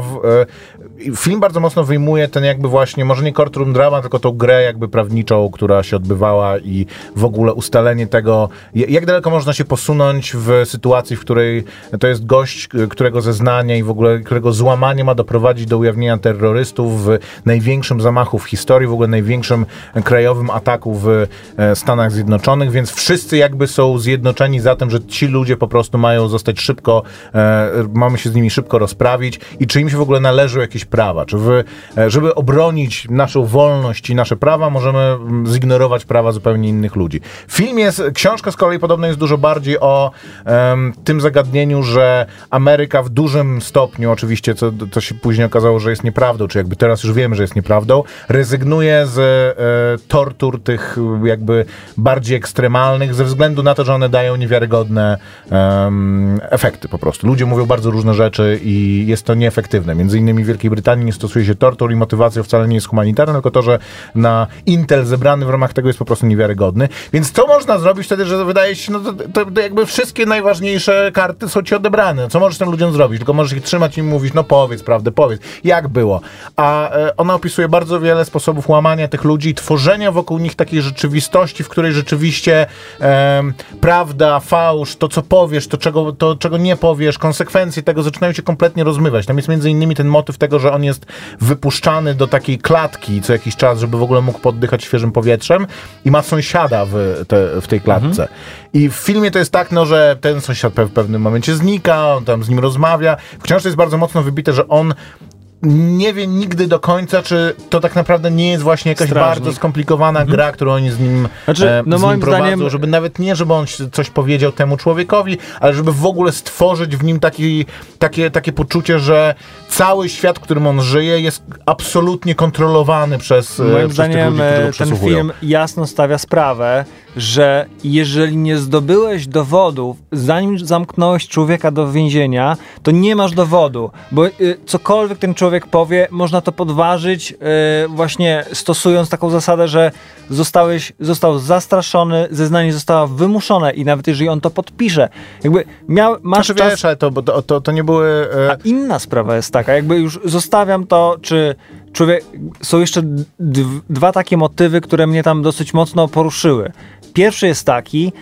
film bardzo mocno wyjmuje ten jakby właśnie, może nie courtroom drama, tylko tą grę jakby prawniczą, która się odbywała i w ogóle ustalenie tego, jak daleko można się posunąć w sytuacji, w której to jest gość, którego zeznanie i w ogóle którego złamanie ma doprowadzić do ujawnienia terrorystów w największym zamachu w historii, w ogóle największym krajowym ataku w Stanach Zjednoczonych, więc wszyscy jakby są zjednoczeni za tym, że ci ludzie po prostu mają zostać szybko, mamy się z nimi szybko rozprawić i czy im się w ogóle należą jakieś prawa, czy żeby obronić naszą wolność i nasze prawa, możemy zignorować prawa zupełnie innych ludzi. Książka z kolei podobno jest dużo bardziej o tym zagadnieniu, że Ameryka w dużym stopniu, oczywiście, co się później okazało, że jest nieprawdą, czy jakby teraz już wiemy, że jest nieprawdą, rezygnuje z tortur tych jakby bardziej ekstremalnych, ze względu na to, że one dają niewiarygodne efekty po prostu. Ludzie mówią bardzo różne rzeczy i jest to nieefektywne. Między innymi w Wielkiej Brytanii nie stosuje się tortur i motywacja wcale nie jest humanitarna, tylko to, że na Intel zebrany w ramach tego jest po prostu niewiarygodny. Więc co można zrobić wtedy, że wydaje się, no to jakby wszystkie najważniejsze karty są ci odebrane. Co możesz tym ludziom zrobić? Tylko możesz ich trzymać i im mówić, no powiedz prawdę, powiedz. Jak było? A ona opisuje bardzo wiele sposobów łamania tych ludzi i tworzenia wokół nich takiej rzeczywistości, w której rzeczywiście prawda, fałsz, to co powiesz, to czego nie powiesz, konsekwencje tego zaczynają się kompletnie rozmywać. Tam jest między innymi ten motyw tego, że on jest wypuszczany do takiej klatki co jakiś czas, żeby w ogóle mógł poddychać świeżym powietrzem i ma sąsiada w tej klatce. I w filmie to jest tak, no, że ten sąsiad w pewnym momencie znika, on tam z nim rozmawia. W książce jest bardzo mocno wybite, że on nie wie nigdy do końca, czy to tak naprawdę nie jest właśnie jakaś bardzo skomplikowana gra, którą oni z nim, moim prowadzą, zdaniem, żeby nawet nie, żeby on coś powiedział temu człowiekowi, ale żeby w ogóle stworzyć w nim takie poczucie, że cały świat, w którym on żyje, jest absolutnie kontrolowany przez tych ludzi, którzy go przesłuchują. Ten film jasno stawia sprawę, że jeżeli nie zdobyłeś dowodów, zanim zamknąłeś człowieka do więzienia, to nie masz dowodu, bo cokolwiek ten człowiek powie, można to podważyć, właśnie stosując taką zasadę, że został zastraszony, zeznanie zostało wymuszone i nawet jeżeli on to podpisze, jakby masz czas... Wiesz, ale to nie były... A inna sprawa jest taka, jakby już zostawiam to, czy są jeszcze dwa takie motywy, które mnie tam dosyć mocno poruszyły. Pierwszy jest taki,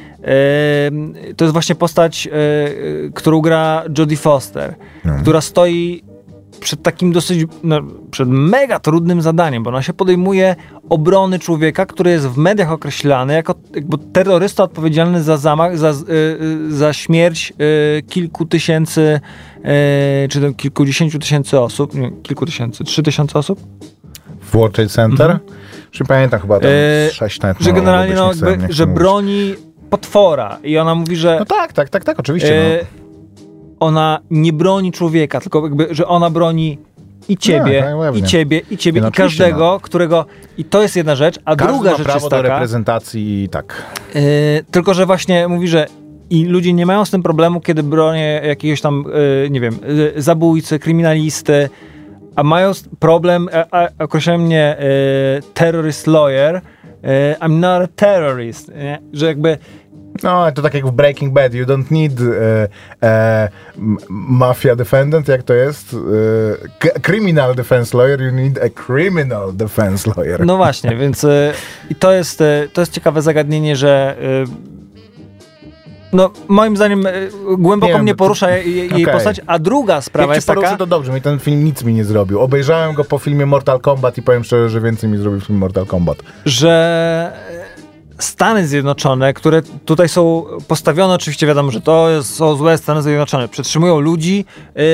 to jest właśnie postać, którą gra Jodie Foster, która stoi przed takim przed mega trudnym zadaniem, bo ona się podejmuje obrony człowieka, który jest w mediach określany jako jakby terrorysta odpowiedzialny za zamach, za śmierć kilku tysięcy, czy kilkudziesięciu tysięcy osób, nie, 3000 osób? W World Trade Center? Czy pamiętam chyba tam 6 nawet. Że generalnie, że broni potwora i ona mówi, że... No tak, oczywiście. Ona nie broni człowieka, tylko jakby, że ona broni i ciebie, i każdego, którego... I to jest jedna rzecz, a każdy druga rzecz prawo jest taka... do reprezentacji i tak. Tylko, że właśnie mówi, że i ludzie nie mają z tym problemu, kiedy bronię jakiegoś tam, nie wiem, zabójcy, kryminalisty, a mają problem, określają mnie terrorist lawyer, I'm not a terrorist, nie? Że jakby No, to tak jak w Breaking Bad, you don't need mafia defendant, jak to jest? Criminal defense lawyer, you need a criminal defense lawyer. no właśnie, więc i to jest ciekawe zagadnienie, że no moim zdaniem głęboko mnie porusza jej postać, a druga sprawa jak jest cię poruszy, taka, to dobrze, mi ten film nic mi nie zrobił. Obejrzałem go po filmie Mortal Kombat i powiem szczerze, że więcej mi zrobił film Mortal Kombat. że Stany Zjednoczone, które tutaj są postawione, oczywiście wiadomo, że to są złe Stany Zjednoczone, przetrzymują ludzi,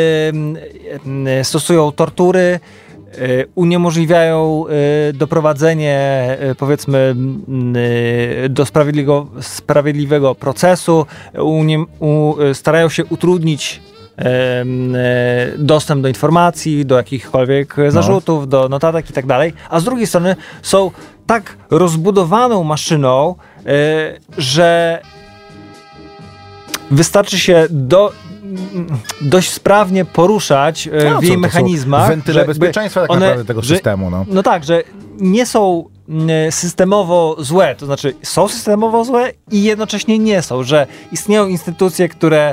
stosują tortury, uniemożliwiają doprowadzenie, powiedzmy, do sprawiedliwego procesu, starają się utrudnić dostęp do informacji, do jakichkolwiek zarzutów, do notatek i tak dalej, a z drugiej strony są tak rozbudowaną maszyną, że wystarczy się dość sprawnie poruszać w jej mechanizmach. Wentyle bezpieczeństwa tak naprawdę tego systemu. No tak, że nie są systemowo złe, to znaczy są systemowo złe i jednocześnie nie są, że istnieją instytucje,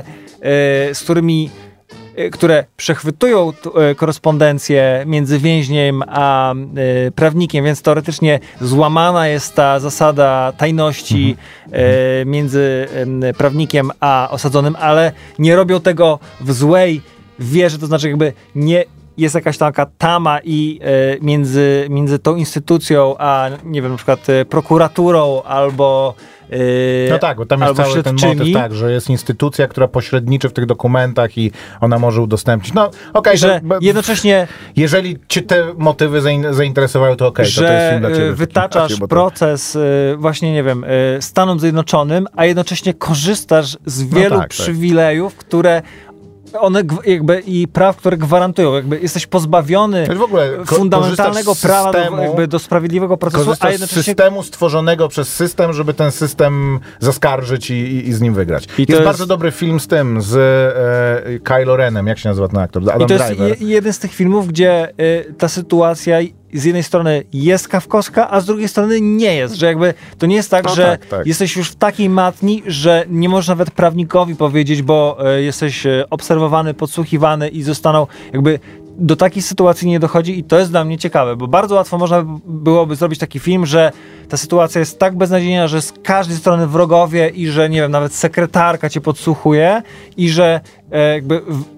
które przechwytują korespondencję między więźniem a prawnikiem, więc teoretycznie złamana jest ta zasada tajności między prawnikiem a osadzonym, ale nie robią tego w złej wierze, to znaczy jakby nie jest jakaś taka tama i między tą instytucją a, nie wiem, na przykład prokuraturą albo no tak, bo tam jest cały ten motyw, tak, że jest instytucja, która pośredniczy w tych dokumentach i ona może udostępnić. No okej, że jednocześnie jeżeli cię te motywy zainteresowały, to okej, to jest film dla ciebie. Wytaczasz proces właśnie, nie wiem, Stanom Zjednoczonym, a jednocześnie korzystasz z wielu przywilejów, które one jakby i praw, które gwarantują. Jakby jesteś pozbawiony w ogóle fundamentalnego prawa do sprawiedliwego procesu, a jednocześnie z systemu stworzonego przez system, żeby ten system zaskarżyć i z nim wygrać. Jest bardzo dobry film z tym, z Kylo Renem, jak się nazywa ten aktor? Adam Driver. I to jest jeden z tych filmów, gdzie ta sytuacja z jednej strony jest kafkowska, a z drugiej strony nie jest, że jakby to nie jest tak, że jesteś już w takiej matni, że nie możesz nawet prawnikowi powiedzieć, bo jesteś obserwowany, podsłuchiwany i zostaną jakby do takiej sytuacji nie dochodzi i to jest dla mnie ciekawe, bo bardzo łatwo można byłoby zrobić taki film, że ta sytuacja jest tak beznadziejna, że z każdej strony wrogowie i że, nie wiem, nawet sekretarka cię podsłuchuje i że jakby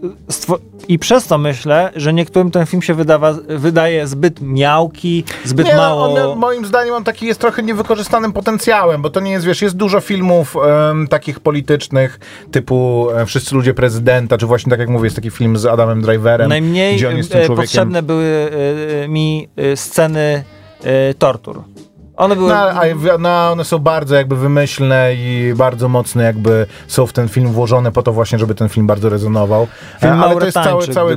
i przez to myślę, że niektórym ten film się wydaje zbyt miałki, zbyt mało... Moim zdaniem on taki jest trochę niewykorzystanym potencjałem, bo to nie jest, wiesz, jest dużo filmów takich politycznych, typu Wszyscy ludzie prezydenta, czy właśnie tak jak mówię, jest taki film z Adamem Driverem, najmniej gdzie on jest tym człowiekiem. Potrzebne były mi sceny tortur. One były... one są bardzo jakby wymyślne i bardzo mocne jakby są w ten film włożone po to właśnie, żeby ten film bardzo rezonował. Ale to jest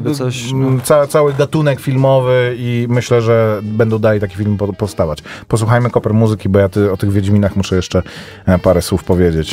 cały gatunek filmowy i myślę, że będą dalej taki film powstawać. Posłuchajmy Koper muzyki, bo ja o tych Wiedźminach muszę jeszcze parę słów powiedzieć.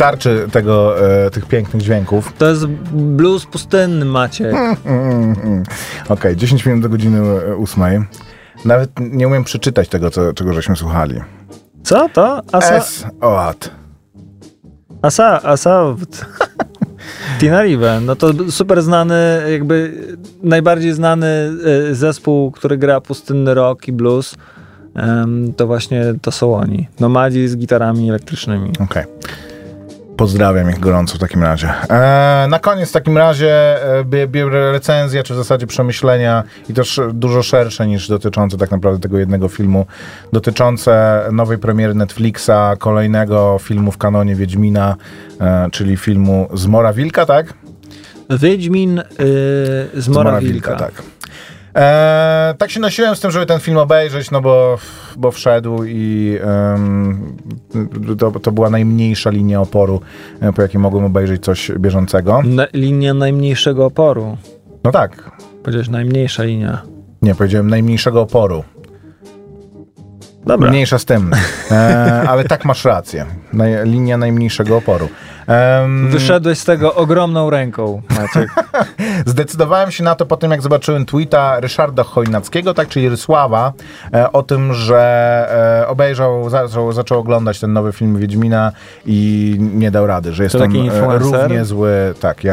Starczy tych pięknych dźwięków. To jest blues pustynny, Maciek. Okej, 10 minut do godziny 8. Nawet nie umiem przeczytać tego, czego żeśmy słuchali. Co to? S-O-A-T. Assault. Tina Rive. No to super znany, jakby najbardziej znany zespół, który gra pustynny rock i blues. To właśnie to są oni. Nomadzi z gitarami elektrycznymi. Okej. Pozdrawiam ich gorąco w takim razie. Na koniec w takim razie biorę recenzję, czy w zasadzie przemyślenia i też dużo szersze niż dotyczące tak naprawdę tego jednego filmu, dotyczące nowej premiery Netflixa, kolejnego filmu w kanonie Wiedźmina, czyli filmu Zmora Wilka, tak? Wiedźmin Zmora Wilka. Tak. Tak się nosiłem z tym, żeby ten film obejrzeć, no bo wszedł i to była najmniejsza linia oporu, po jakiej mogłem obejrzeć coś bieżącego. Linia najmniejszego oporu. No tak. Powiedziałeś najmniejsza linia. Nie, powiedziałem najmniejszego oporu. Dobra. Mniejsza z tym. Ale tak masz rację. Linia najmniejszego oporu. Wyszedłeś z tego ogromną ręką, Maciek. Zdecydowałem się na to po tym, jak zobaczyłem tweeta Ryszarda Chojnackiego, tak, czyli Rysława, o tym, że zaczął oglądać ten nowy film Wiedźmina i nie dał rady, że jest on równie zły, tak,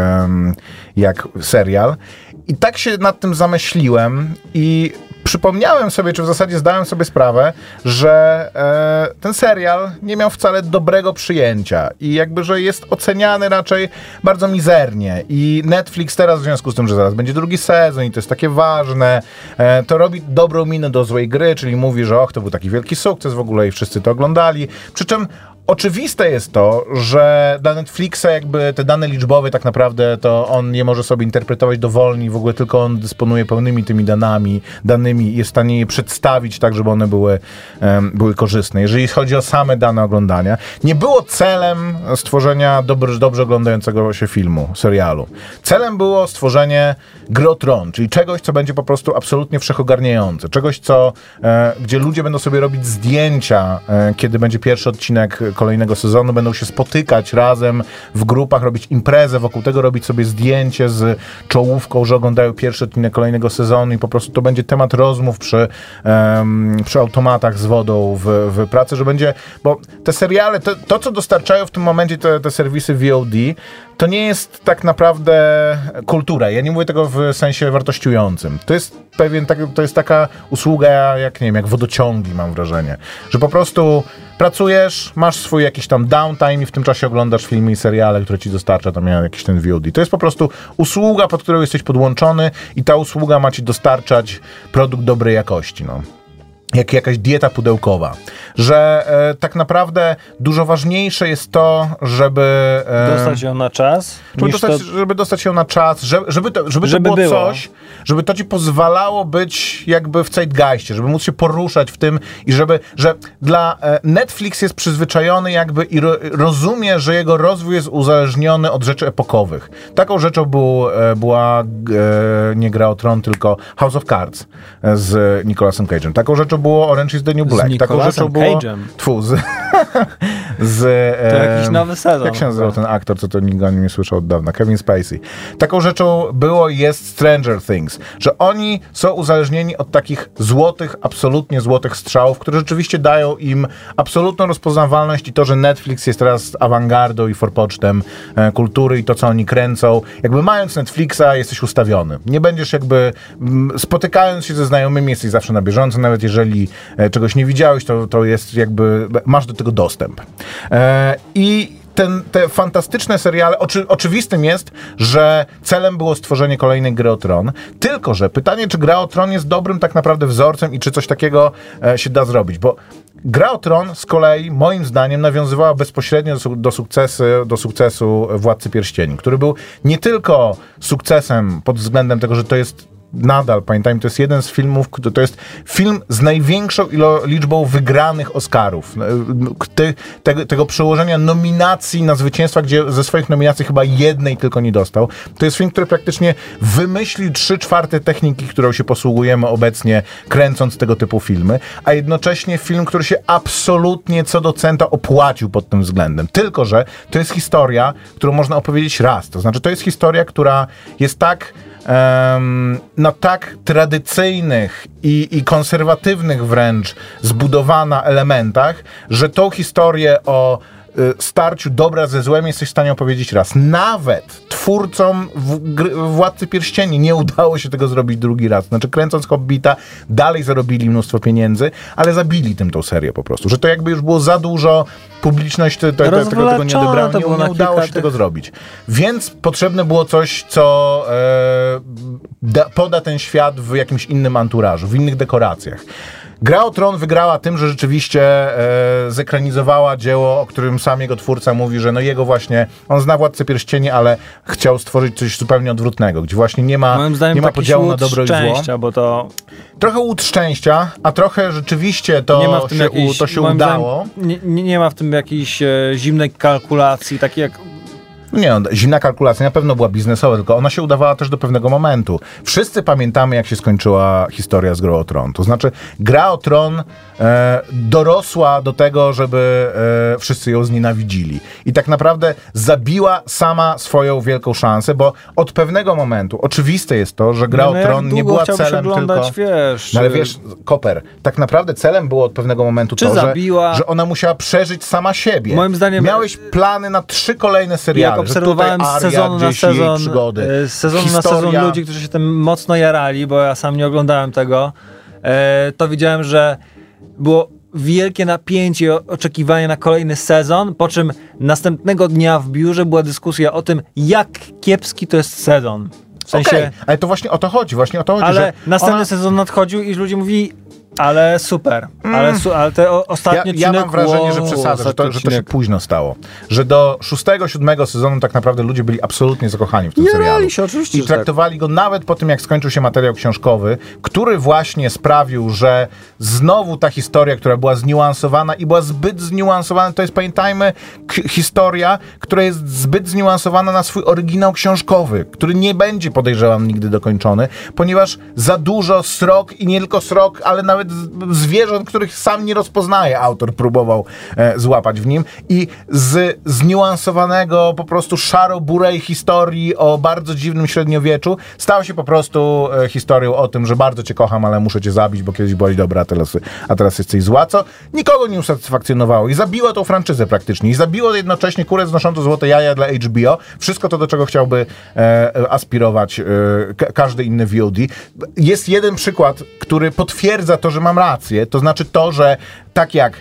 jak serial. I tak się nad tym zamyśliłem i przypomniałem sobie, czy w zasadzie zdałem sobie sprawę, że ten serial nie miał wcale dobrego przyjęcia i jakby, że jest oceniany raczej bardzo mizernie i Netflix teraz w związku z tym, że zaraz będzie drugi sezon i to jest takie ważne, to robi dobrą minę do złej gry, czyli mówi, że to był taki wielki sukces w ogóle i wszyscy to oglądali, przy czym oczywiste jest to, że dla Netflixa jakby te dane liczbowe tak naprawdę to on nie może sobie interpretować dowolnie, w ogóle tylko on dysponuje pełnymi tymi danymi i jest w stanie je przedstawić tak, żeby one były korzystne. Jeżeli chodzi o same dane oglądania, nie było celem stworzenia dobrze oglądającego się filmu, serialu. Celem było stworzenie Gry o Tron, czyli czegoś, co będzie po prostu absolutnie wszechogarniające. Czegoś, gdzie ludzie będą sobie robić zdjęcia, kiedy będzie pierwszy odcinek kolejnego sezonu, będą się spotykać razem w grupach, robić imprezę wokół tego, robić sobie zdjęcie z czołówką, że oglądają pierwszy odcinek kolejnego sezonu i po prostu to będzie temat rozmów przy automatach z wodą w pracy, że będzie, bo te seriale, to co dostarczają w tym momencie te serwisy VOD, to nie jest tak naprawdę kultura. Ja nie mówię tego w sensie wartościującym. To jest to jest taka usługa jak wodociągi, mam wrażenie. Że po prostu pracujesz, masz swój jakiś tam downtime i w tym czasie oglądasz filmy i seriale, które ci dostarcza tam jakiś ten VOD. To jest po prostu usługa, pod którą jesteś podłączony i ta usługa ma ci dostarczać produkt dobrej jakości, no. Jak jakaś dieta pudełkowa. Że tak naprawdę dużo ważniejsze jest to, żeby dostać ją na czas. Żeby dostać ją na czas, żeby to było coś, żeby to ci pozwalało być jakby w zeitgeistie, żeby móc się poruszać w tym i że dla Netflix jest przyzwyczajony jakby i rozumie, że jego rozwój jest uzależniony od rzeczy epokowych. Taką rzeczą była nie Gra o Tron, tylko House of Cards z Nicolasem Cage'em. Taką rzeczą było Orange is the New Black. Taką rzeczą było... To jakiś nowy sezon. Jak się nazywał ten aktor, co to nikt o nim nie słyszał od dawna? Kevin Spacey. Taką rzeczą jest Stranger Things, że oni są uzależnieni od takich absolutnie złotych strzałów, które rzeczywiście dają im absolutną rozpoznawalność i to, że Netflix jest teraz awangardą i forpocztem kultury i to, co oni kręcą. Jakby mając Netflixa, jesteś ustawiony. Nie będziesz spotykając się ze znajomymi, jesteś zawsze na bieżąco, nawet jeżeli czegoś nie widziałeś, to jest jakby, masz do tego dostęp. I te fantastyczne seriale, oczywistym jest, że celem było stworzenie kolejnej Gry o Tron, tylko że pytanie, czy Gra o Tron jest dobrym tak naprawdę wzorcem i czy coś takiego się da zrobić, bo Gra o Tron z kolei, moim zdaniem, nawiązywała bezpośrednio do sukcesu Władcy Pierścieni, który był nie tylko sukcesem pod względem tego, że to jest nadal, pamiętajmy, to jest jeden z filmów, to jest film z największą liczbą wygranych Oscarów. Tego przełożenia nominacji na zwycięstwa, gdzie ze swoich nominacji chyba jednej tylko nie dostał. To jest film, który praktycznie wymyślił 3/4 techniki, którą się posługujemy obecnie, kręcąc tego typu filmy, a jednocześnie film, który się absolutnie co do centa opłacił pod tym względem. Tylko że to jest historia, którą można opowiedzieć raz. To znaczy, to jest historia, która jest tak na tak tradycyjnych i konserwatywnych wręcz zbudowana elementach, że tą historię o starciu dobra ze złem jesteś w stanie opowiedzieć raz. Nawet twórcom Władcy Pierścieni nie udało się tego zrobić drugi raz. Znaczy, kręcąc Hobbita, dalej zarobili mnóstwo pieniędzy, ale zabili tym tą serię po prostu. Że to jakby już było za dużo, publiczność tego nie odebrała, nie udało się tego zrobić. Więc potrzebne było coś, co poda ten świat w jakimś innym anturażu, w innych dekoracjach. Gra o Tron wygrała tym, że rzeczywiście zekranizowała dzieło, o którym sam jego twórca mówi, że no jego właśnie, on zna Władcę Pierścieni, ale chciał stworzyć coś zupełnie odwrotnego, gdzie właśnie nie ma podziału na dobro i zło. Bo to... Trochę łód szczęścia, a trochę rzeczywiście to się udało. Nie ma w tym jakiejś zimnej kalkulacji, takiej jak... Nie, zimna kalkulacja na pewno była biznesowa, tylko ona się udawała też do pewnego momentu. Wszyscy pamiętamy, jak się skończyła historia z Grą o Tron. To znaczy, Gra o Tron dorosła do tego, żeby wszyscy ją znienawidzili. I tak naprawdę zabiła sama swoją wielką szansę, bo od pewnego momentu oczywiste jest to, że Gra o Tron nie była celem tylko... Wiesz, no ale wiesz, Koper, tak naprawdę celem było od pewnego momentu to, że ona musiała przeżyć sama siebie. Moim zdaniem... Miałeś plany na 3 kolejne seriale. Jak obserwowałem z sezonu na sezon ludzi, którzy się tym mocno jarali, bo ja sam nie oglądałem tego, to widziałem, że było wielkie napięcie i oczekiwanie na kolejny sezon, po czym następnego dnia w biurze była dyskusja o tym, jak kiepski to jest sezon. W sensie, ale to właśnie o to chodzi, ale że następny sezon nadchodził i ludzie mówili, ale super, ale te ostatnie odcinek... Ja mam wrażenie, że przesadzę, że to się późno stało. Że do 6., 7. sezonu tak naprawdę ludzie byli absolutnie zakochani w tym serialu. Się, oczywiście, i traktowali go nawet po tym, jak skończył się materiał książkowy, który właśnie sprawił, że znowu ta historia, która była zniuansowana i była zbyt zniuansowana, to jest, pamiętajmy, historia, która jest zbyt zniuansowana na swój oryginał książkowy, który nie będzie, podejrzewam, nigdy dokończony, ponieważ za dużo srok i nie tylko srok, ale nawet zwierząt, których sam nie rozpoznaje, autor próbował złapać w nim i z zniuansowanego po prostu szaro-burej historii o bardzo dziwnym średniowieczu stał się po prostu historią o tym, że bardzo cię kocham, ale muszę cię zabić, bo kiedyś byłaś dobra, a teraz jesteś zła, co nikogo nie usatysfakcjonowało i zabiło tą franczyzę praktycznie i zabiło jednocześnie kurę znoszącą złote jaja dla HBO, wszystko to, do czego chciałby aspirować każdy inny VOD. Jest jeden przykład, który potwierdza to, że mam rację, to znaczy to, że tak jak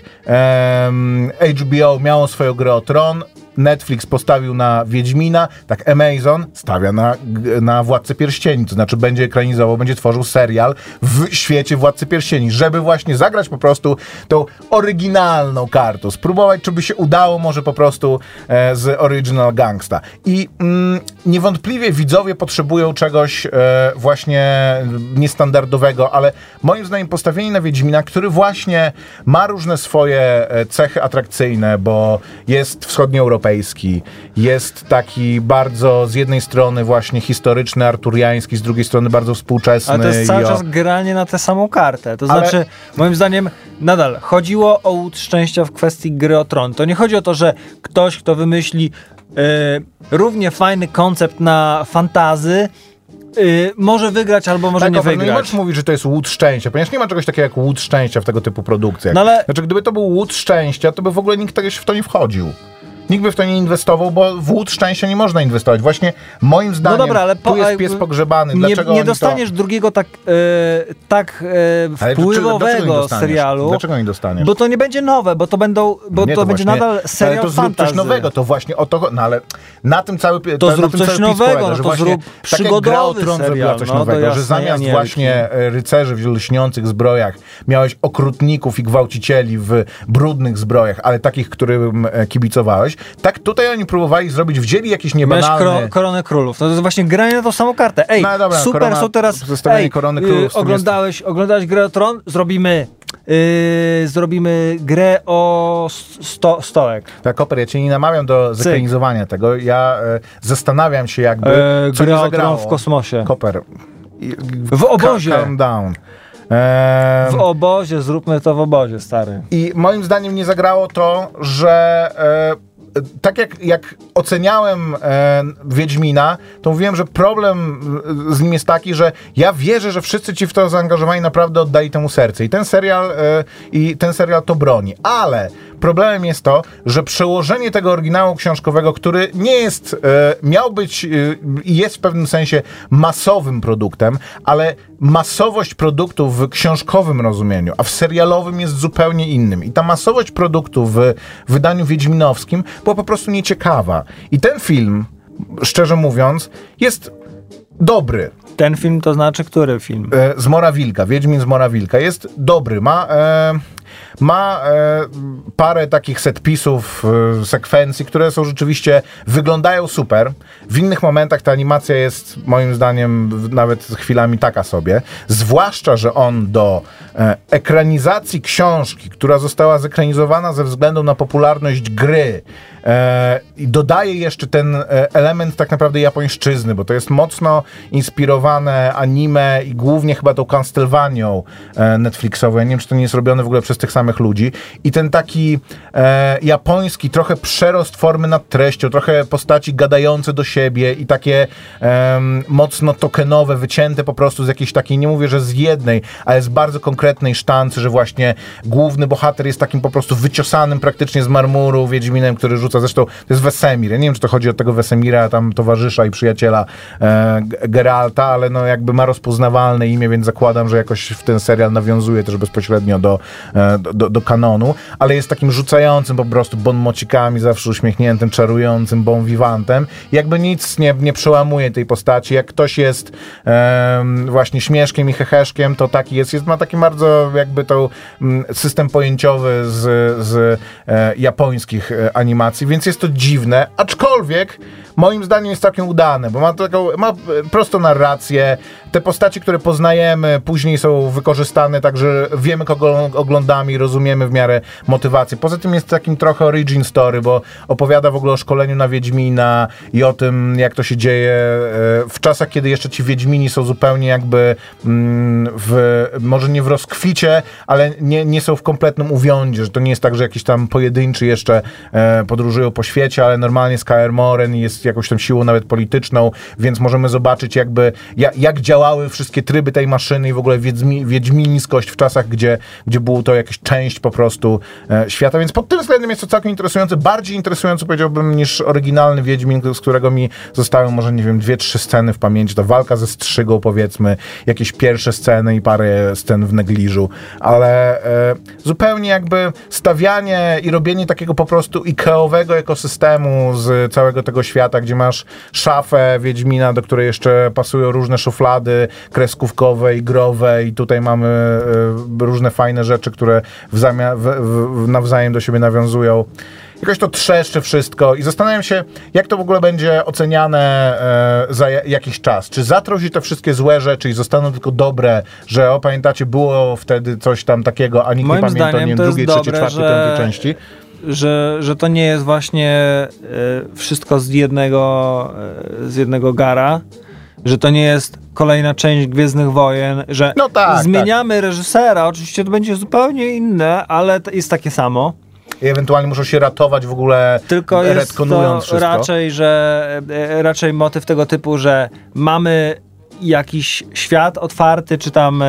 HBO miało swoją Grę o Tron, Netflix postawił na Wiedźmina, tak Amazon stawia na Władcę Pierścieni, to znaczy będzie ekranizował, będzie tworzył serial w świecie Władcy Pierścieni, żeby właśnie zagrać po prostu tą oryginalną kartą, spróbować, czy by się udało może po prostu z Original Gangsta. I niewątpliwie widzowie potrzebują czegoś właśnie niestandardowego, ale moim zdaniem postawienie na Wiedźmina, który właśnie ma różne swoje cechy atrakcyjne, bo jest wschodnioeuropejski, jest taki bardzo z jednej strony właśnie historyczny, arturiański, z drugiej strony bardzo współczesny. Ale to jest cały czas granie na tę samą kartę. To znaczy, moim zdaniem, nadal chodziło o łód szczęścia w kwestii Gry o Tron. To nie chodzi o to, że ktoś, kto wymyśli równie fajny koncept na fantazy, może wygrać albo może nie wygrać. Nie możesz mówić, że to jest łód szczęścia, ponieważ nie ma czegoś takiego jak łód szczęścia w tego typu produkcjach. No ale... Znaczy, gdyby to był łód szczęścia, to by w ogóle nikt w to nie wchodził. Nikt by w to nie inwestował, bo w łód szczęścia nie można inwestować. Właśnie moim zdaniem tu jest pies pogrzebany. Dlaczego nie dostaniesz drugiego tak wpływowego serialu. Dlaczego nie dostaniesz? Bo to nie będzie nowe, bo to będzie nadal serial ale to zrób coś nowego, to właśnie o to... No ale na tym cały To zrób coś nowego, polega, no że to właśnie, zrób tak jak Gra o przygodowy Tron zrobiła serial, coś no, nowego, do że Jasnej zamiast Anielki. właśnie rycerzy w lśniących zbrojach miałeś okrutników i gwałcicieli w brudnych zbrojach, ale takich, którym kibicowałeś, tak tutaj oni próbowali zrobić, wzięli jakiś niebanalny... Miałeś Koronę Królów. To jest właśnie granie na tą samą kartę. Ej, No dobra, super są teraz... zestawienie Korony Królów. Oglądałeś Grę o Tron? Zrobimy grę o stołek. Tak, Koper, ja cię nie namawiam do zekranizowania tego. Ja zastanawiam się jakby, co nie Gra o zagrało. Tron w kosmosie. Koper. W obozie. Calm down. W obozie, zróbmy to w obozie, stary. I moim zdaniem nie zagrało to, że tak jak oceniałem Wiedźmina, to mówiłem, że problem z nim jest taki, że ja wierzę, że wszyscy ci w to zaangażowani naprawdę oddali temu serce. I ten serial to broni. Ale problemem jest to, że przełożenie tego oryginału książkowego, który nie jest, miał być i jest w pewnym sensie masowym produktem, ale masowość produktu w książkowym rozumieniu, a w serialowym jest zupełnie innym. I ta masowość produktu w wydaniu wiedźminowskim była po prostu nieciekawa. I ten film, szczerze mówiąc, jest dobry. Ten film to znaczy który film? Z Morawilka, Wiedźmin z Morawilka. Jest dobry, ma parę takich setpisów, sekwencji, które są rzeczywiście, wyglądają super. W innych momentach ta animacja jest moim zdaniem nawet chwilami taka sobie. Zwłaszcza, że on do ekranizacji książki, która została zekranizowana ze względu na popularność gry, i dodaje jeszcze ten element tak naprawdę japońszczyzny, bo to jest mocno inspirowane anime i głównie chyba tą Castlevanią Netflixową. Ja nie wiem, czy to nie jest robione w ogóle przez tych samych ludzi. I ten taki japoński trochę przerost formy nad treścią, trochę postaci gadające do siebie i takie mocno tokenowe, wycięte po prostu z jakiejś takiej, nie mówię, że z jednej, ale z bardzo konkretnej sztancy, że właśnie główny bohater jest takim po prostu wyciosanym praktycznie z marmuru Wiedźminem, który rzuca, zresztą to jest Wesemir. Ja nie wiem, czy to chodzi o tego Wesemira, tam towarzysza i przyjaciela Geralta, ale no jakby ma rozpoznawalne imię, więc zakładam, że jakoś w ten serial nawiązuje też bezpośrednio do kanonu, ale jest takim rzucającym po prostu bonmocikami, zawsze uśmiechniętym, czarującym bon vivantem. Jakby nic nie przełamuje tej postaci. Jak ktoś jest właśnie śmieszkiem i heheszkiem, to taki jest ma taki bardzo jakby to system pojęciowy z japońskich animacji, więc jest to dziwne, aczkolwiek moim zdaniem jest całkiem udane, bo ma prostą narrację. Te postaci, które poznajemy, później są wykorzystane, także wiemy, kogo oglądamy i rozumiemy w miarę motywację. Poza tym jest takim trochę origin story, bo opowiada w ogóle o szkoleniu na Wiedźmina i o tym, jak to się dzieje w czasach, kiedy jeszcze ci Wiedźmini są zupełnie jakby może nie w rozkwicie, ale nie są w kompletnym uwiądzie, że to nie jest tak, że jakiś tam pojedynczy jeszcze podróżują po świecie, ale normalnie z Kaer Morhen jest jakąś tam siłą nawet polityczną, więc możemy zobaczyć jakby jak działały wszystkie tryby tej maszyny i w ogóle wiedźmińskość w czasach, gdzie było to jakaś część po prostu świata, więc pod tym względem jest to całkiem interesujące, bardziej interesujące powiedziałbym niż oryginalny Wiedźmin, z którego mi zostały może nie wiem 2-3 sceny w pamięci, ta walka ze strzygą powiedzmy, jakieś pierwsze sceny i parę scen w negliżu, ale zupełnie jakby stawianie i robienie takiego po prostu Ikeowego ekosystemu z całego tego świata, gdzie masz szafę Wiedźmina, do której jeszcze pasują różne szuflady kreskówkowe i growe i tutaj mamy różne fajne rzeczy, które nawzajem do siebie nawiązują. Jakoś to trzeszczy wszystko i zastanawiam się, jak to w ogóle będzie oceniane za jakiś czas. Czy zatrąci te wszystkie złe rzeczy i zostaną tylko dobre, że pamiętacie, było wtedy coś tam takiego, a nikt Moim nie pamięta, nie drugiej, trzeciej, czwartej, piątej części? Że to nie jest właśnie wszystko z jednego gara, że to nie jest kolejna część Gwiezdnych Wojen, że zmieniamy reżysera, oczywiście to będzie zupełnie inne, ale to jest takie samo. I ewentualnie muszą się ratować w ogóle, tylko jest to wszystko. raczej motyw tego typu, że mamy jakiś świat otwarty, czy tam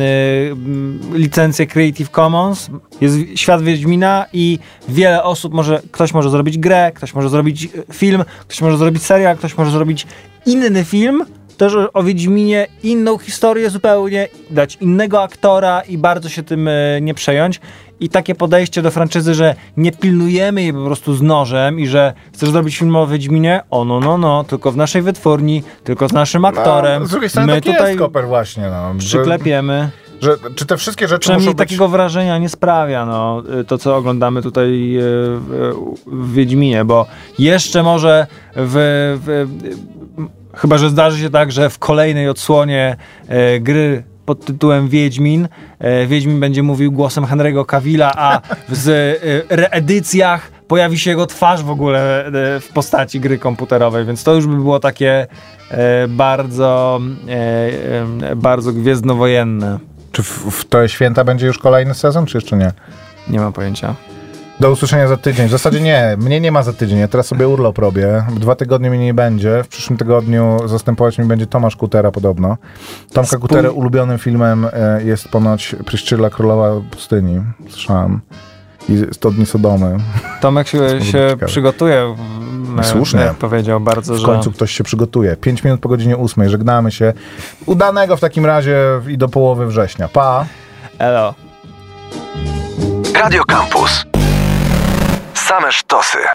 licencję Creative Commons, jest świat Wiedźmina i wiele osób ktoś może zrobić grę, ktoś może zrobić film, ktoś może zrobić serial, ktoś może zrobić inny film też o Wiedźminie inną historię zupełnie, dać innego aktora i bardzo się tym nie przejąć. I takie podejście do franczyzy, że nie pilnujemy jej po prostu z nożem i że chcesz zrobić film o Wiedźminie? No, tylko w naszej wytwórni, tylko z naszym aktorem. Z drugiej strony my tak tutaj jest, Koper, właśnie. przyklepiemy. Czy te wszystkie rzeczy Przynajmniej muszą być... takiego wrażenia nie sprawia to, co oglądamy tutaj w Wiedźminie, bo jeszcze może chyba że zdarzy się tak, że w kolejnej odsłonie gry pod tytułem Wiedźmin będzie mówił głosem Henry'ego Cavilla, a w reedycjach pojawi się jego twarz w ogóle w postaci gry komputerowej, więc to już by było takie bardzo gwiezdnowojenne. Czy w te święta będzie już kolejny sezon, czy jeszcze nie? Nie mam pojęcia. Do usłyszenia za tydzień. W zasadzie nie, mnie nie ma za tydzień. Ja teraz sobie urlop robię. 2 tygodnie mnie nie będzie. W przyszłym tygodniu zastępować mi będzie Tomasz Kutera podobno. Tomka Kuterę ulubionym filmem jest ponoć Pryszczyla Królowa Pustyni. Słyszałem. I 100 dni Sodomy. Tomek się przygotuje. Słusznie. Jak powiedział bardzo, W końcu ktoś się przygotuje. 5 minut po godzinie 8. Żegnamy się. Udanego w takim razie i do połowy września. Pa! Elo. Radio Campus. Same sztosy.